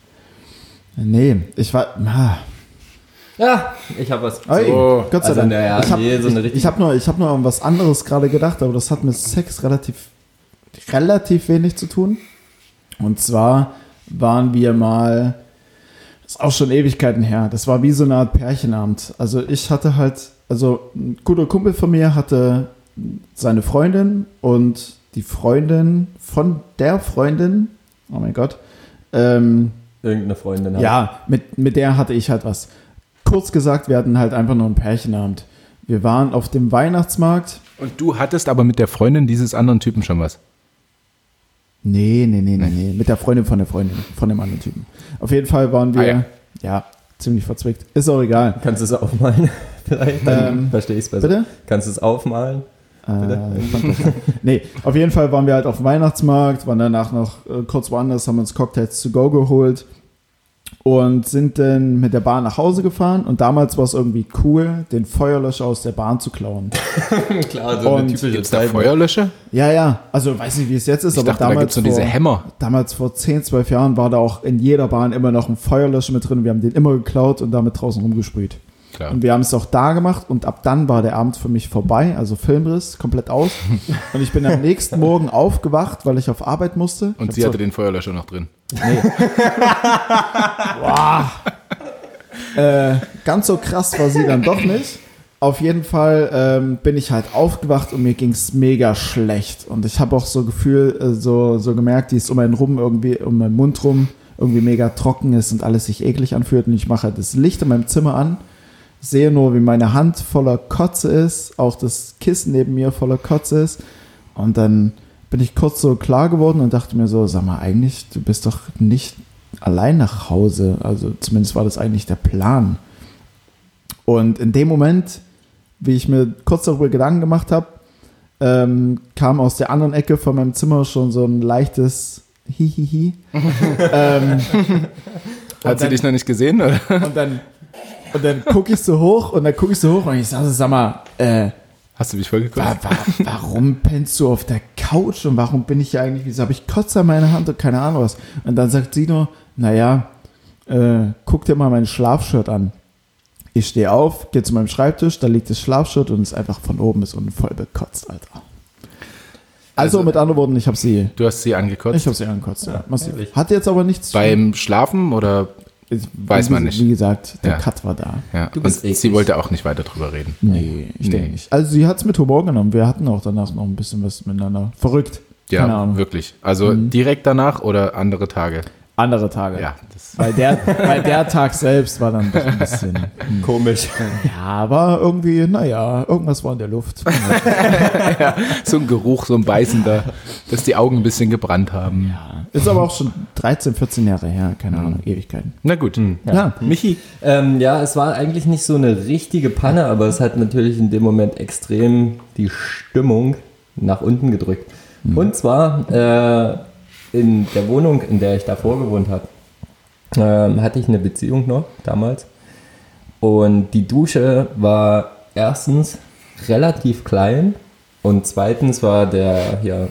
Nee, ich war, ah. Ja, ich habe was. Oh, so. Gott sei also, Dank. Naja, ich habe nee, so ich, ich hab nur, ich hab nur an was anderes gerade gedacht, aber das hat mit Sex relativ, relativ wenig zu tun. Und zwar waren wir mal, das ist auch schon Ewigkeiten her, das war wie so eine Art Pärchenabend. Also ich hatte halt, also ein guter Kumpel von mir hatte seine Freundin und die Freundin von der Freundin, oh mein Gott, ähm, irgendeine Freundin hat. Ja, mit, mit der hatte ich halt was. Kurz gesagt, wir hatten halt einfach nur einen Pärchenabend. Wir waren auf dem Weihnachtsmarkt. Und du hattest aber mit der Freundin dieses anderen Typen schon was? Nee, nee, nee, nee, nee. Mit der Freundin von der Freundin, von dem anderen Typen. Auf jeden Fall waren wir, ah, ja. ja, ziemlich verzwickt. Ist auch egal. Kannst du es aufmalen? Vielleicht, dann ähm, verstehe ich es besser. Bitte? Kannst du es aufmalen? Äh, nee, auf jeden Fall waren wir halt auf dem Weihnachtsmarkt, waren danach noch äh, kurz woanders, haben uns Cocktails to go geholt und sind dann mit der Bahn nach Hause gefahren und damals war es irgendwie cool, den Feuerlöscher aus der Bahn zu klauen. Klar, so eine typische Gibt's da Feuerlöscher? Ja, ja, also weiß nicht, wie es jetzt ist, ich aber dachte, damals, da gibt's so diese Hämmer. damals vor zehn, zwölf Jahren war da auch in jeder Bahn immer noch ein Feuerlöscher mit drin. Wir haben den immer geklaut und damit draußen rumgesprüht. Klar. Und wir haben es auch da gemacht und ab dann war der Abend für mich vorbei, also Filmriss, komplett aus. Und ich bin am nächsten Morgen aufgewacht, weil ich auf Arbeit musste. Und sie hatte den Feuerlöscher noch drin. Nee. Wow. äh, ganz so krass war sie dann doch nicht. Auf jeden Fall ähm, bin ich halt aufgewacht und mir ging es mega schlecht. Und ich habe auch so Gefühl, äh, so, so gemerkt, die ist um einen rum, irgendwie um meinen Mund rum, irgendwie mega trocken ist und alles sich eklig anfühlt. Und ich mache halt das Licht in meinem Zimmer an. Sehe nur, wie meine Hand voller Kotze ist, auch das Kissen neben mir voller Kotze ist. Und dann bin ich kurz so klar geworden und dachte mir so, sag mal, eigentlich, du bist doch nicht allein nach Hause. Also zumindest war das eigentlich der Plan. Und in dem Moment, wie ich mir kurz darüber Gedanken gemacht habe, ähm, kam aus der anderen Ecke von meinem Zimmer schon so ein leichtes Hihihi. ähm, Hat sie dann, dich noch nicht gesehen, oder? Und dann Und dann gucke ich so hoch und dann gucke ich so hoch und ich sage, sag mal, äh, hast du mich vollgeguckt? Wa- wa- warum pennst du auf der Couch und warum bin ich hier eigentlich, wieso habe ich Kotze an meiner Hand und keine Ahnung was. Und dann sagt sie nur, naja, äh, guck dir mal mein Schlafshirt an. Ich stehe auf, gehe zu meinem Schreibtisch, da liegt das Schlafshirt und ist einfach von oben bis unten voll bekotzt, Alter. Also, also mit anderen Worten, ich habe sie... Du hast sie angekotzt? Ich habe sie angekotzt, ja. ja. Hat jetzt aber nichts zu tun. Beim Schlafen oder... Ich, weiß man nicht. Wie gesagt, der ja. Cut war da. Ja. Du bist Und sie wollte auch nicht weiter drüber reden. Nee, ich nee. denke nicht. Also sie hat es mit Humor genommen. Wir hatten auch danach noch ein bisschen was miteinander. Verrückt. Ja, keine Ahnung. Wirklich. Also mhm. direkt danach oder andere Tage? Andere Tage. Ja. Das weil, der, weil der Tag selbst war dann doch ein bisschen komisch. Ja, aber irgendwie, naja, irgendwas war in der Luft. Ja, so ein Geruch, so ein beißender, dass die Augen ein bisschen gebrannt haben. Ja. Ist aber auch schon dreizehn, vierzehn Jahre her, keine Ahnung, mhm. Ewigkeiten. Na gut. Mhm. Ja, ja. Michi? Ähm, ja, es war eigentlich nicht so eine richtige Panne, aber es hat natürlich in dem Moment extrem die Stimmung nach unten gedrückt. Mhm. Und zwar äh, in der Wohnung, in der ich davor gewohnt habe, äh, hatte ich eine Beziehung noch damals. Und die Dusche war erstens relativ klein und zweitens war der, ja,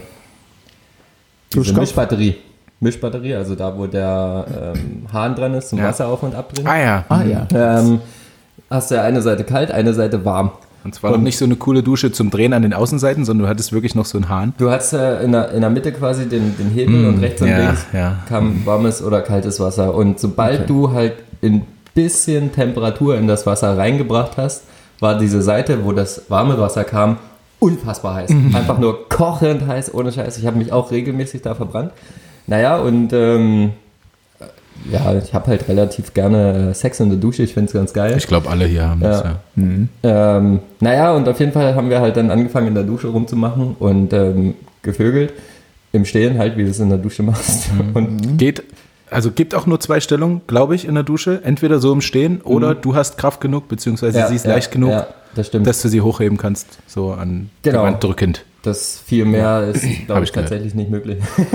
diese Mischbatterie. Mischbatterie, also da, wo der ähm, Hahn dran ist, zum ja. Wasser auf und ab drin. Ah ja. Ah, ja. Ähm, hast du ja eine Seite kalt, eine Seite warm. Und zwar und nicht so eine coole Dusche zum Drehen an den Außenseiten, sondern du hattest wirklich noch so einen Hahn. Du hattest äh, in, der, in der Mitte quasi den, den Hebel mm, und rechts und ja, links ja. kam warmes oder kaltes Wasser. Und sobald okay. du halt ein bisschen Temperatur in das Wasser reingebracht hast, war diese Seite, wo das warme Wasser kam, unfassbar heiß. Einfach nur kochend heiß, ohne Scheiß. Ich habe mich auch regelmäßig da verbrannt. Naja, und ähm, ja, ich habe halt relativ gerne Sex in der Dusche. Ich finde es ganz geil. Ich glaube, alle hier haben das, Ja. ja. Mhm. Ähm, naja, und auf jeden Fall haben wir halt dann angefangen, in der Dusche rumzumachen und ähm, gevögelt. Im Stehen halt, wie du es in der Dusche machst. Und Geht, also gibt auch nur zwei Stellungen, glaube ich, in der Dusche. Entweder so im Stehen oder du hast Kraft genug, beziehungsweise ja, sie ist ja, leicht genug, ja, das stimmt. dass du sie hochheben kannst, so an Genau. die Wand drückend. Das viel mehr ist, Hab glaube ich ich, gehört. tatsächlich nicht möglich.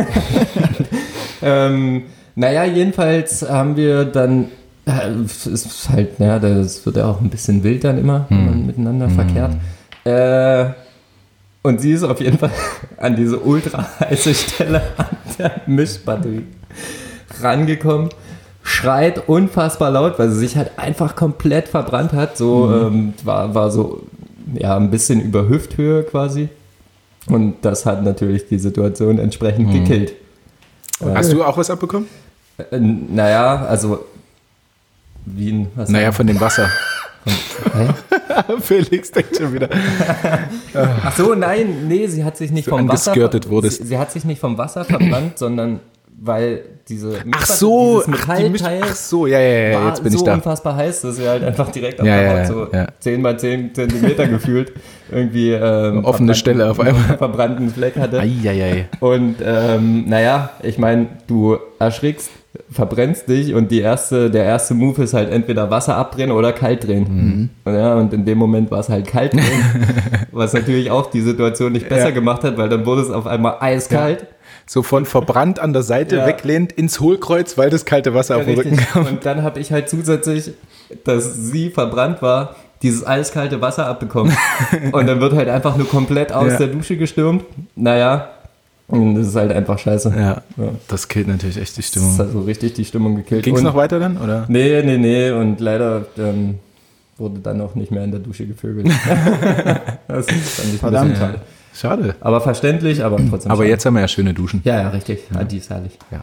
ähm, naja, jedenfalls haben wir dann, äh, es ist halt, naja, das wird ja auch ein bisschen wild dann immer, wenn man miteinander verkehrt. Äh, und sie ist auf jeden Fall an diese ultra heiße Stelle an der Mischbatterie rangekommen, schreit unfassbar laut, weil sie sich halt einfach komplett verbrannt hat. So ähm, war, war so ja ein bisschen über Hüfthöhe quasi. Und das hat natürlich die Situation entsprechend gekillt. Hast du auch was abbekommen? Äh, naja, also wie ein was Naja, von dem Wasser. Hä? Felix denkt schon wieder. Ach so, nein, nee, sie hat sich nicht So vom Wasser angeskirtet wurdest. Sie, sie hat sich nicht vom Wasser verbrannt, sondern weil diese Ach so, dieses ach, die Misch- Metallteil ach so, ja, ja, ja, war jetzt bin so ich da. unfassbar heiß, dass sie halt einfach direkt auf Ja, der ja, Haut ja, so ja. zehn mal zehn Zentimeter gefühlt irgendwie ähm, Offene verbrannten- Stelle auf einmal. verbrannten Fleck hatte. Eieiei. Und ähm, naja, ich meine, du erschrickst, verbrennst dich und die erste, der erste Move ist halt entweder Wasser abdrehen oder kalt drehen. Und, ja, und in dem Moment war es halt kalt drehen, was natürlich auch die Situation nicht besser Ja. gemacht hat, weil dann wurde es auf einmal eiskalt. So von verbrannt an der Seite Ja. weglehnt ins Hohlkreuz, weil das kalte Wasser Ja, auf den Rücken richtig. kam. Und dann habe ich halt zusätzlich, dass sie verbrannt war, dieses eiskalte Wasser abbekommen. Und dann wird halt einfach nur komplett aus Ja. der Dusche gestürmt. Naja, und das ist halt einfach scheiße. Ja, Ja. das killt natürlich echt die Das Stimmung. hat so richtig die Stimmung gekillt. Ging es Und- noch weiter dann? Oder? Nee, nee, nee. Und leider ähm, wurde dann auch nicht mehr in der Dusche gevögelt. Das fand ich Verdammt. ein bisschen schade. Schade. Aber verständlich, aber trotzdem Aber schade. jetzt haben wir ja schöne Duschen. Ja, ja, richtig. Ja. Die ist herrlich. Ja.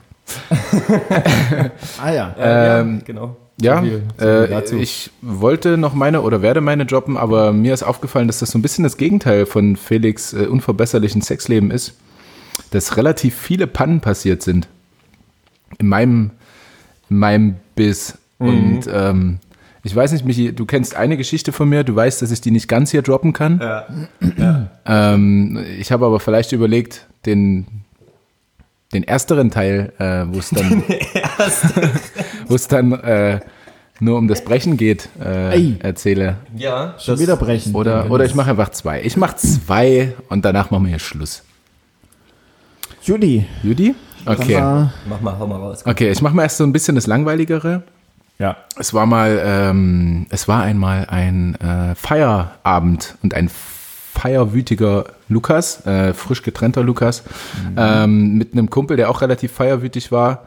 Ah ja. Äh, Ähm, ja, genau. Ja, So viel- so viel äh, dazu. ich wollte noch meine oder werde meine droppen, aber mir ist aufgefallen, dass das so ein bisschen das Gegenteil von Felix äh, unverbesserlichen Sexleben ist, dass relativ viele Pannen passiert sind in meinem, in meinem Biss. Mhm. Und ähm, ich weiß nicht, Michi, du kennst eine Geschichte von mir, du weißt, dass ich die nicht ganz hier droppen kann. Ja. Ähm, ich habe aber vielleicht überlegt, den, den ersteren Teil, äh, wo es dann, wo es dann äh, nur um das Brechen geht, äh, Ey. erzähle. Ja, Schon wieder brechen. Oder, oder ich mache einfach zwei. Ich mache zwei und danach machen wir hier Schluss. Judy. Judy? Okay. Äh, Mach mal, hau mal raus. Okay, ich mache mal erst so ein bisschen das Langweiligere. ja. Es war mal, ähm, es war einmal ein äh, Feierabend und ein feierwütiger Lukas, äh, frisch getrennter Lukas, ähm, mit einem Kumpel, der auch relativ feierwütig war.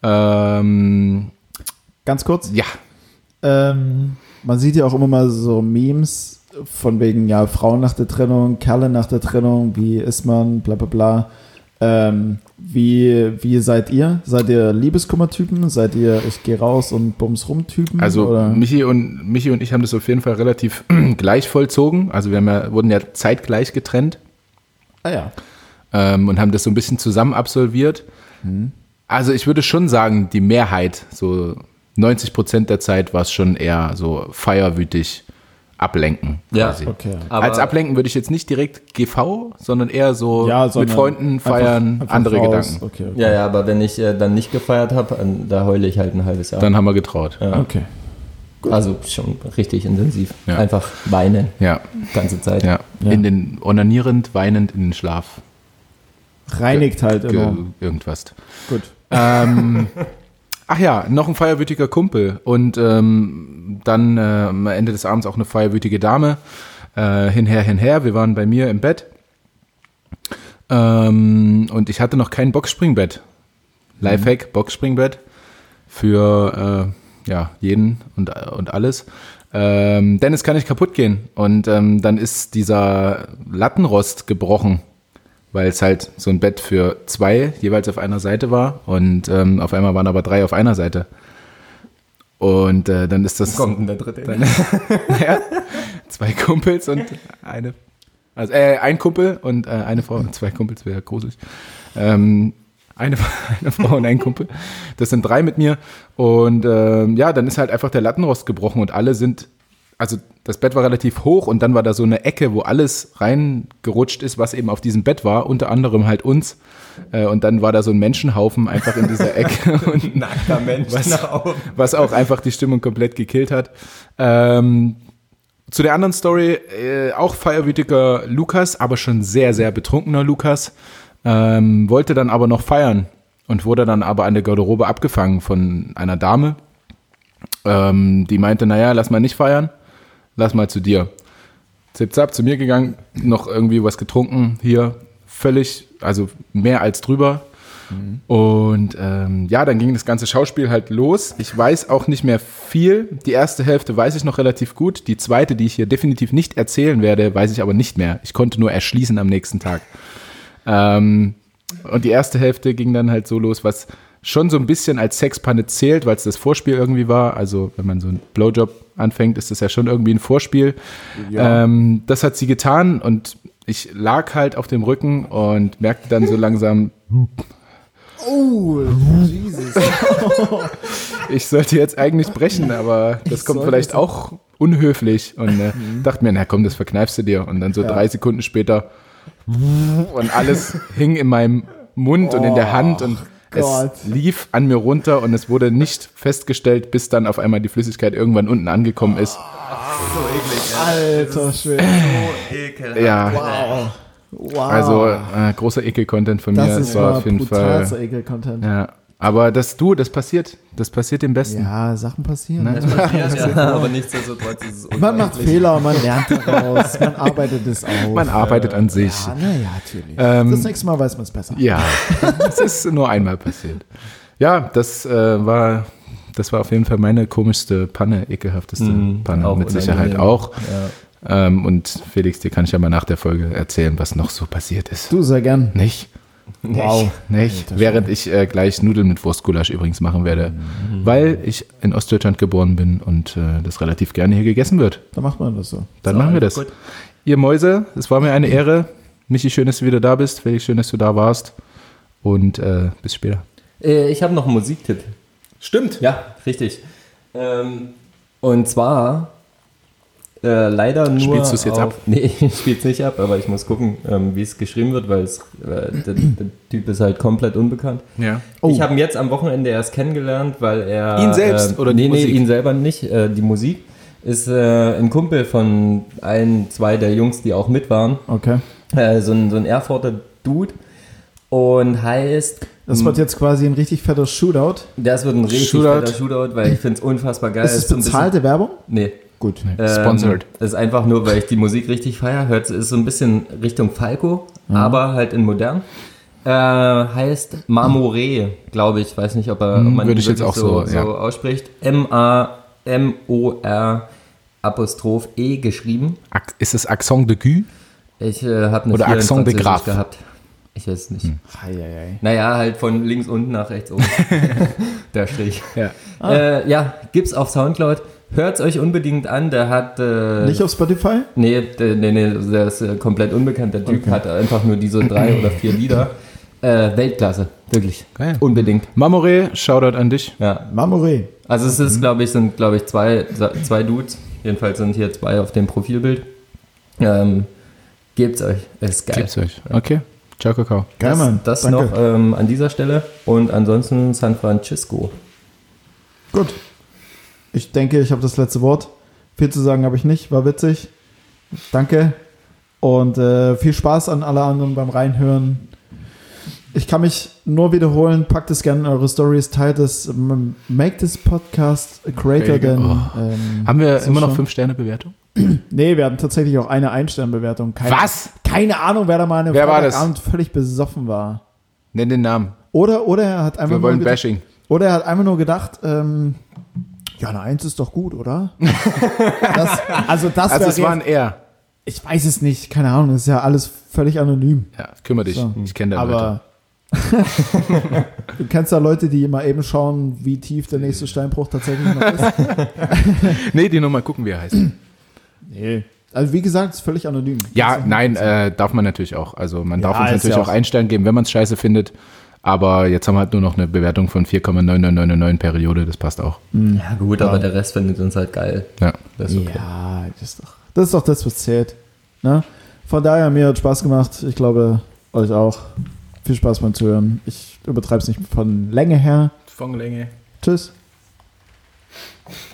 Ähm, Ganz kurz. ja, Ähm, man sieht ja auch immer mal so Memes von wegen, ja, Frauen nach der Trennung, Kerle nach der Trennung, wie ist man, bla bla bla. Ähm, wie, wie seid ihr? Seid ihr Liebeskummer-Typen? Seid ihr ich gehe raus und bums rum Typen? also Oder? Michi und, Michi und ich haben das auf jeden Fall relativ gleich vollzogen. Also wir haben ja, wurden ja zeitgleich getrennt. Ah ja. ähm, und haben das so ein bisschen zusammen absolviert. Also ich würde schon sagen, die Mehrheit, so neunzig Prozent der Zeit war es schon eher so feierwütig ablenken. Ja, quasi. Okay. Aber Als Ablenken würde ich jetzt nicht direkt G V, sondern eher so Ja, mit sondern Freunden einfach- feiern, einfach andere raus. Gedanken. Okay, okay. ja, ja, aber wenn ich äh, dann nicht gefeiert habe, da heule ich halt ein halbes Jahr. Dann haben wir getraut. ja. Okay. Also schon richtig intensiv. Ja. Einfach weinen, Ja, ganze Zeit. ja. Ja. In den, onanierend, weinend in den Schlaf. Reinigt halt Ge immer. irgendwas. Gut. Ähm, ach ja, noch ein feierwütiger Kumpel und ähm, dann äh, am Ende des Abends auch eine feierwütige Dame. Äh, hinher, hinher. Wir waren bei mir im Bett ähm, und ich hatte noch kein Boxspringbett. Lifehack, Boxspringbett für äh, ja, jeden und, und alles. Ähm, denn es kann nicht kaputt gehen und ähm, dann ist dieser Lattenrost gebrochen, weil es halt so ein Bett für zwei jeweils auf einer Seite war und ähm, auf einmal waren aber drei auf einer Seite. Und äh, dann ist das Kommt denn der dritte? naja, zwei Kumpels und eine, Also äh, ein Kumpel und äh, eine Frau, zwei Kumpels wäre gruselig. Ähm, eine, eine Frau und ein Kumpel. Das sind drei mit mir. Und ähm, ja, dann ist halt einfach der Lattenrost gebrochen und alle sind, also das Bett war relativ hoch und dann war da so eine Ecke, wo alles reingerutscht ist, was eben auf diesem Bett war, unter anderem halt uns. Äh, und dann war da so ein Menschenhaufen einfach in dieser Ecke. Und Nackter Menschenhaufen. Was, was auch einfach die Stimmung komplett gekillt hat. Ähm, zu der anderen Story, äh, auch feierwütiger Lukas, aber schon sehr, sehr betrunkener Lukas, ähm, wollte dann aber noch feiern und wurde dann aber an der Garderobe abgefangen von einer Dame, ähm, die meinte, naja, lass mal nicht feiern, lass mal zu dir. Zip zap, zu mir gegangen, noch irgendwie was getrunken, hier völlig, also mehr als drüber. Mhm. Und ähm, ja, dann ging das ganze Schauspiel halt los. Ich weiß auch nicht mehr viel. Die erste Hälfte weiß ich noch relativ gut. Die zweite, die ich hier definitiv nicht erzählen werde, weiß ich aber nicht mehr. Ich konnte nur erschließen am nächsten Tag. Ähm, und die erste Hälfte ging dann halt so los, was schon so ein bisschen als Sexpanne zählt, weil es das Vorspiel irgendwie war. Also wenn man so einen Blowjob anfängt, ist das ja schon irgendwie ein Vorspiel. Ja. Ähm, das hat sie getan und ich lag halt auf dem Rücken und merkte dann so langsam, oh, Jesus. Ich sollte jetzt eigentlich brechen, aber das ich kommt vielleicht auch unhöflich. Und äh, mhm. dachte mir, na komm, das verkneifst du dir. Und dann so ja. drei Sekunden später und alles hing in meinem Mund oh, und in der Hand und Gott. Es lief an mir runter und es wurde nicht festgestellt, bis dann auf einmal die Flüssigkeit irgendwann unten angekommen ist. So eklig. Alter Schwede. So ekelhaft. Ja. Wow. Wow. Also äh, großer Ekel-Content von das mir. Das ist war auf jeden Fall. Ekel-Content. Ja. Aber das du, das passiert. Das passiert dem Besten. Ja, Sachen passieren. Das passiert, ja, aber nichtsdestotrotz ist es man macht Fehler, man lernt daraus, man arbeitet es auf. Man arbeitet an sich. Ja, naja, natürlich. Ähm, das nächste Mal weiß man es besser. Ja, das ist nur einmal passiert. Ja, das äh, war das war auf jeden Fall meine komischste Panne, ekelhafteste mhm, Panne, mit Sicherheit auch. Ja. Ähm, und Felix, dir kann ich ja mal nach der Folge erzählen, was noch so passiert ist. Du, sehr gern. Nicht? Wow. Nicht? Während ich äh, gleich Nudeln mit Wurstgulasch übrigens machen werde, mhm. weil ich in Ostdeutschland geboren bin und äh, das relativ gerne hier gegessen wird. Dann macht man das so. Dann so, machen wir das. Gut. Ihr Mäuse, es war mir eine Ehre. Michi, schön, dass du wieder da bist. Felix, schön, dass du da warst. Und äh, bis später. Äh, ich habe noch einen Musiktipp. Stimmt. Ja, richtig. Ähm, und zwar äh, leider nur. Spielst du es jetzt auf, ab? Nee, ich spiele es nicht ab, aber ich muss gucken, ähm, wie es geschrieben wird, weil es, äh, der, der Typ ist halt komplett unbekannt. Ja. Oh. Ich habe ihn jetzt am Wochenende erst kennengelernt, weil er. Ihn selbst äh, oder die nee, Musik? Nee, ihn selber nicht. Äh, die Musik ist äh, ein Kumpel von ein, zwei der Jungs, die auch mit waren. Okay. Äh, so, ein, so ein Erfurter Dude. Und heißt. Das wird jetzt quasi ein richtig fetter Shootout. Das wird ein richtig Shootout. fetter Shootout, weil ich finde es unfassbar geil. Ist es bezahlte bisschen, Werbung? Nee. Gut. Nee. Sponsored. Ähm, ist einfach nur, weil ich die Musik richtig feiere. Hört, ist so ein bisschen Richtung Falco, mhm. aber halt in modern. Äh, heißt Marmoré, glaube ich. Weiß nicht, ob, er, ob man Würde ich jetzt auch so, so, ja. so ausspricht. M A M O R Apostroph E geschrieben. Ist es Accent de Gue? Ich äh, habe eine Oder vier in Accent de Französisch Graf gehabt. Ich weiß es nicht. Hm. Hei, hei, hei. Naja, halt von links unten nach rechts oben. Der Strich. Ja. Ah. Äh, ja, gibt's auf Soundcloud. Hört's euch unbedingt an. Der hat. Äh, Nicht auf Spotify? Nee, der, nee, nee, der ist äh, komplett unbekannt. Der Typ okay. hat einfach nur diese drei oder vier Lieder. Äh, Weltklasse, wirklich. Geil. Unbedingt. Marmoré, Shoutout an dich. Ja. Marmoré. Also es ist, glaube ich, sind, glaube ich, zwei, zwei Dudes. Jedenfalls sind hier zwei auf dem Profilbild. Ähm, gebt's euch. Es ist geil. Gebt's euch. Okay. Ciao, Kakao. Geil, Das, Mann. das Danke. noch ähm, an dieser Stelle. Und ansonsten San Francisco. Gut. Ich denke, ich habe das letzte Wort. Viel zu sagen habe ich nicht. War witzig. Danke. Und äh, viel Spaß an alle anderen beim Reinhören. Ich kann mich nur wiederholen. Packt es gerne in eure Stories. Teilt es. Make this podcast greater Okay. than... Oh. Ähm, Haben wir so immer noch schon. fünf Sterne Bewertung? Nee, wir hatten tatsächlich auch eine Ein-Stern-Bewertung. Keine, Was? Keine Ahnung, wer da mal eine Wer war das? Freitagabend völlig besoffen war. Nenn den Namen. Oder, oder er hat einfach Wir wollen nur gedacht, Bashing. Oder er hat einfach nur gedacht, ähm, ja, eine Eins ist doch gut, oder? das, also das Also wäre es war ein R. ich weiß es nicht, keine Ahnung, das ist ja alles völlig anonym. Ja, kümmere dich. So. Ich kenne da Leute. Aber du kennst ja Leute, die immer eben schauen, wie tief der nächste Steinbruch tatsächlich noch ist. Nee, die nochmal gucken, wie er heißt. Nee. Also wie gesagt, es ist völlig anonym. Ja, Das ist nein, äh, darf man natürlich auch. Also man Ja, darf uns ist natürlich ja auch auch- einen Stern geben, wenn man es scheiße findet. Aber jetzt haben wir halt nur noch eine Bewertung von vier Komma neun neun neun neun Periode, das passt auch. Ja gut, aber der Rest findet uns halt geil. Ja. Das ist okay. Ja, das ist doch das, ist doch das was zählt. Ne? Von daher, mir hat Spaß gemacht. Ich glaube, euch auch. Viel Spaß beim Zuhören. Ich übertreibe es nicht von Länge her. Von Länge. Tschüss.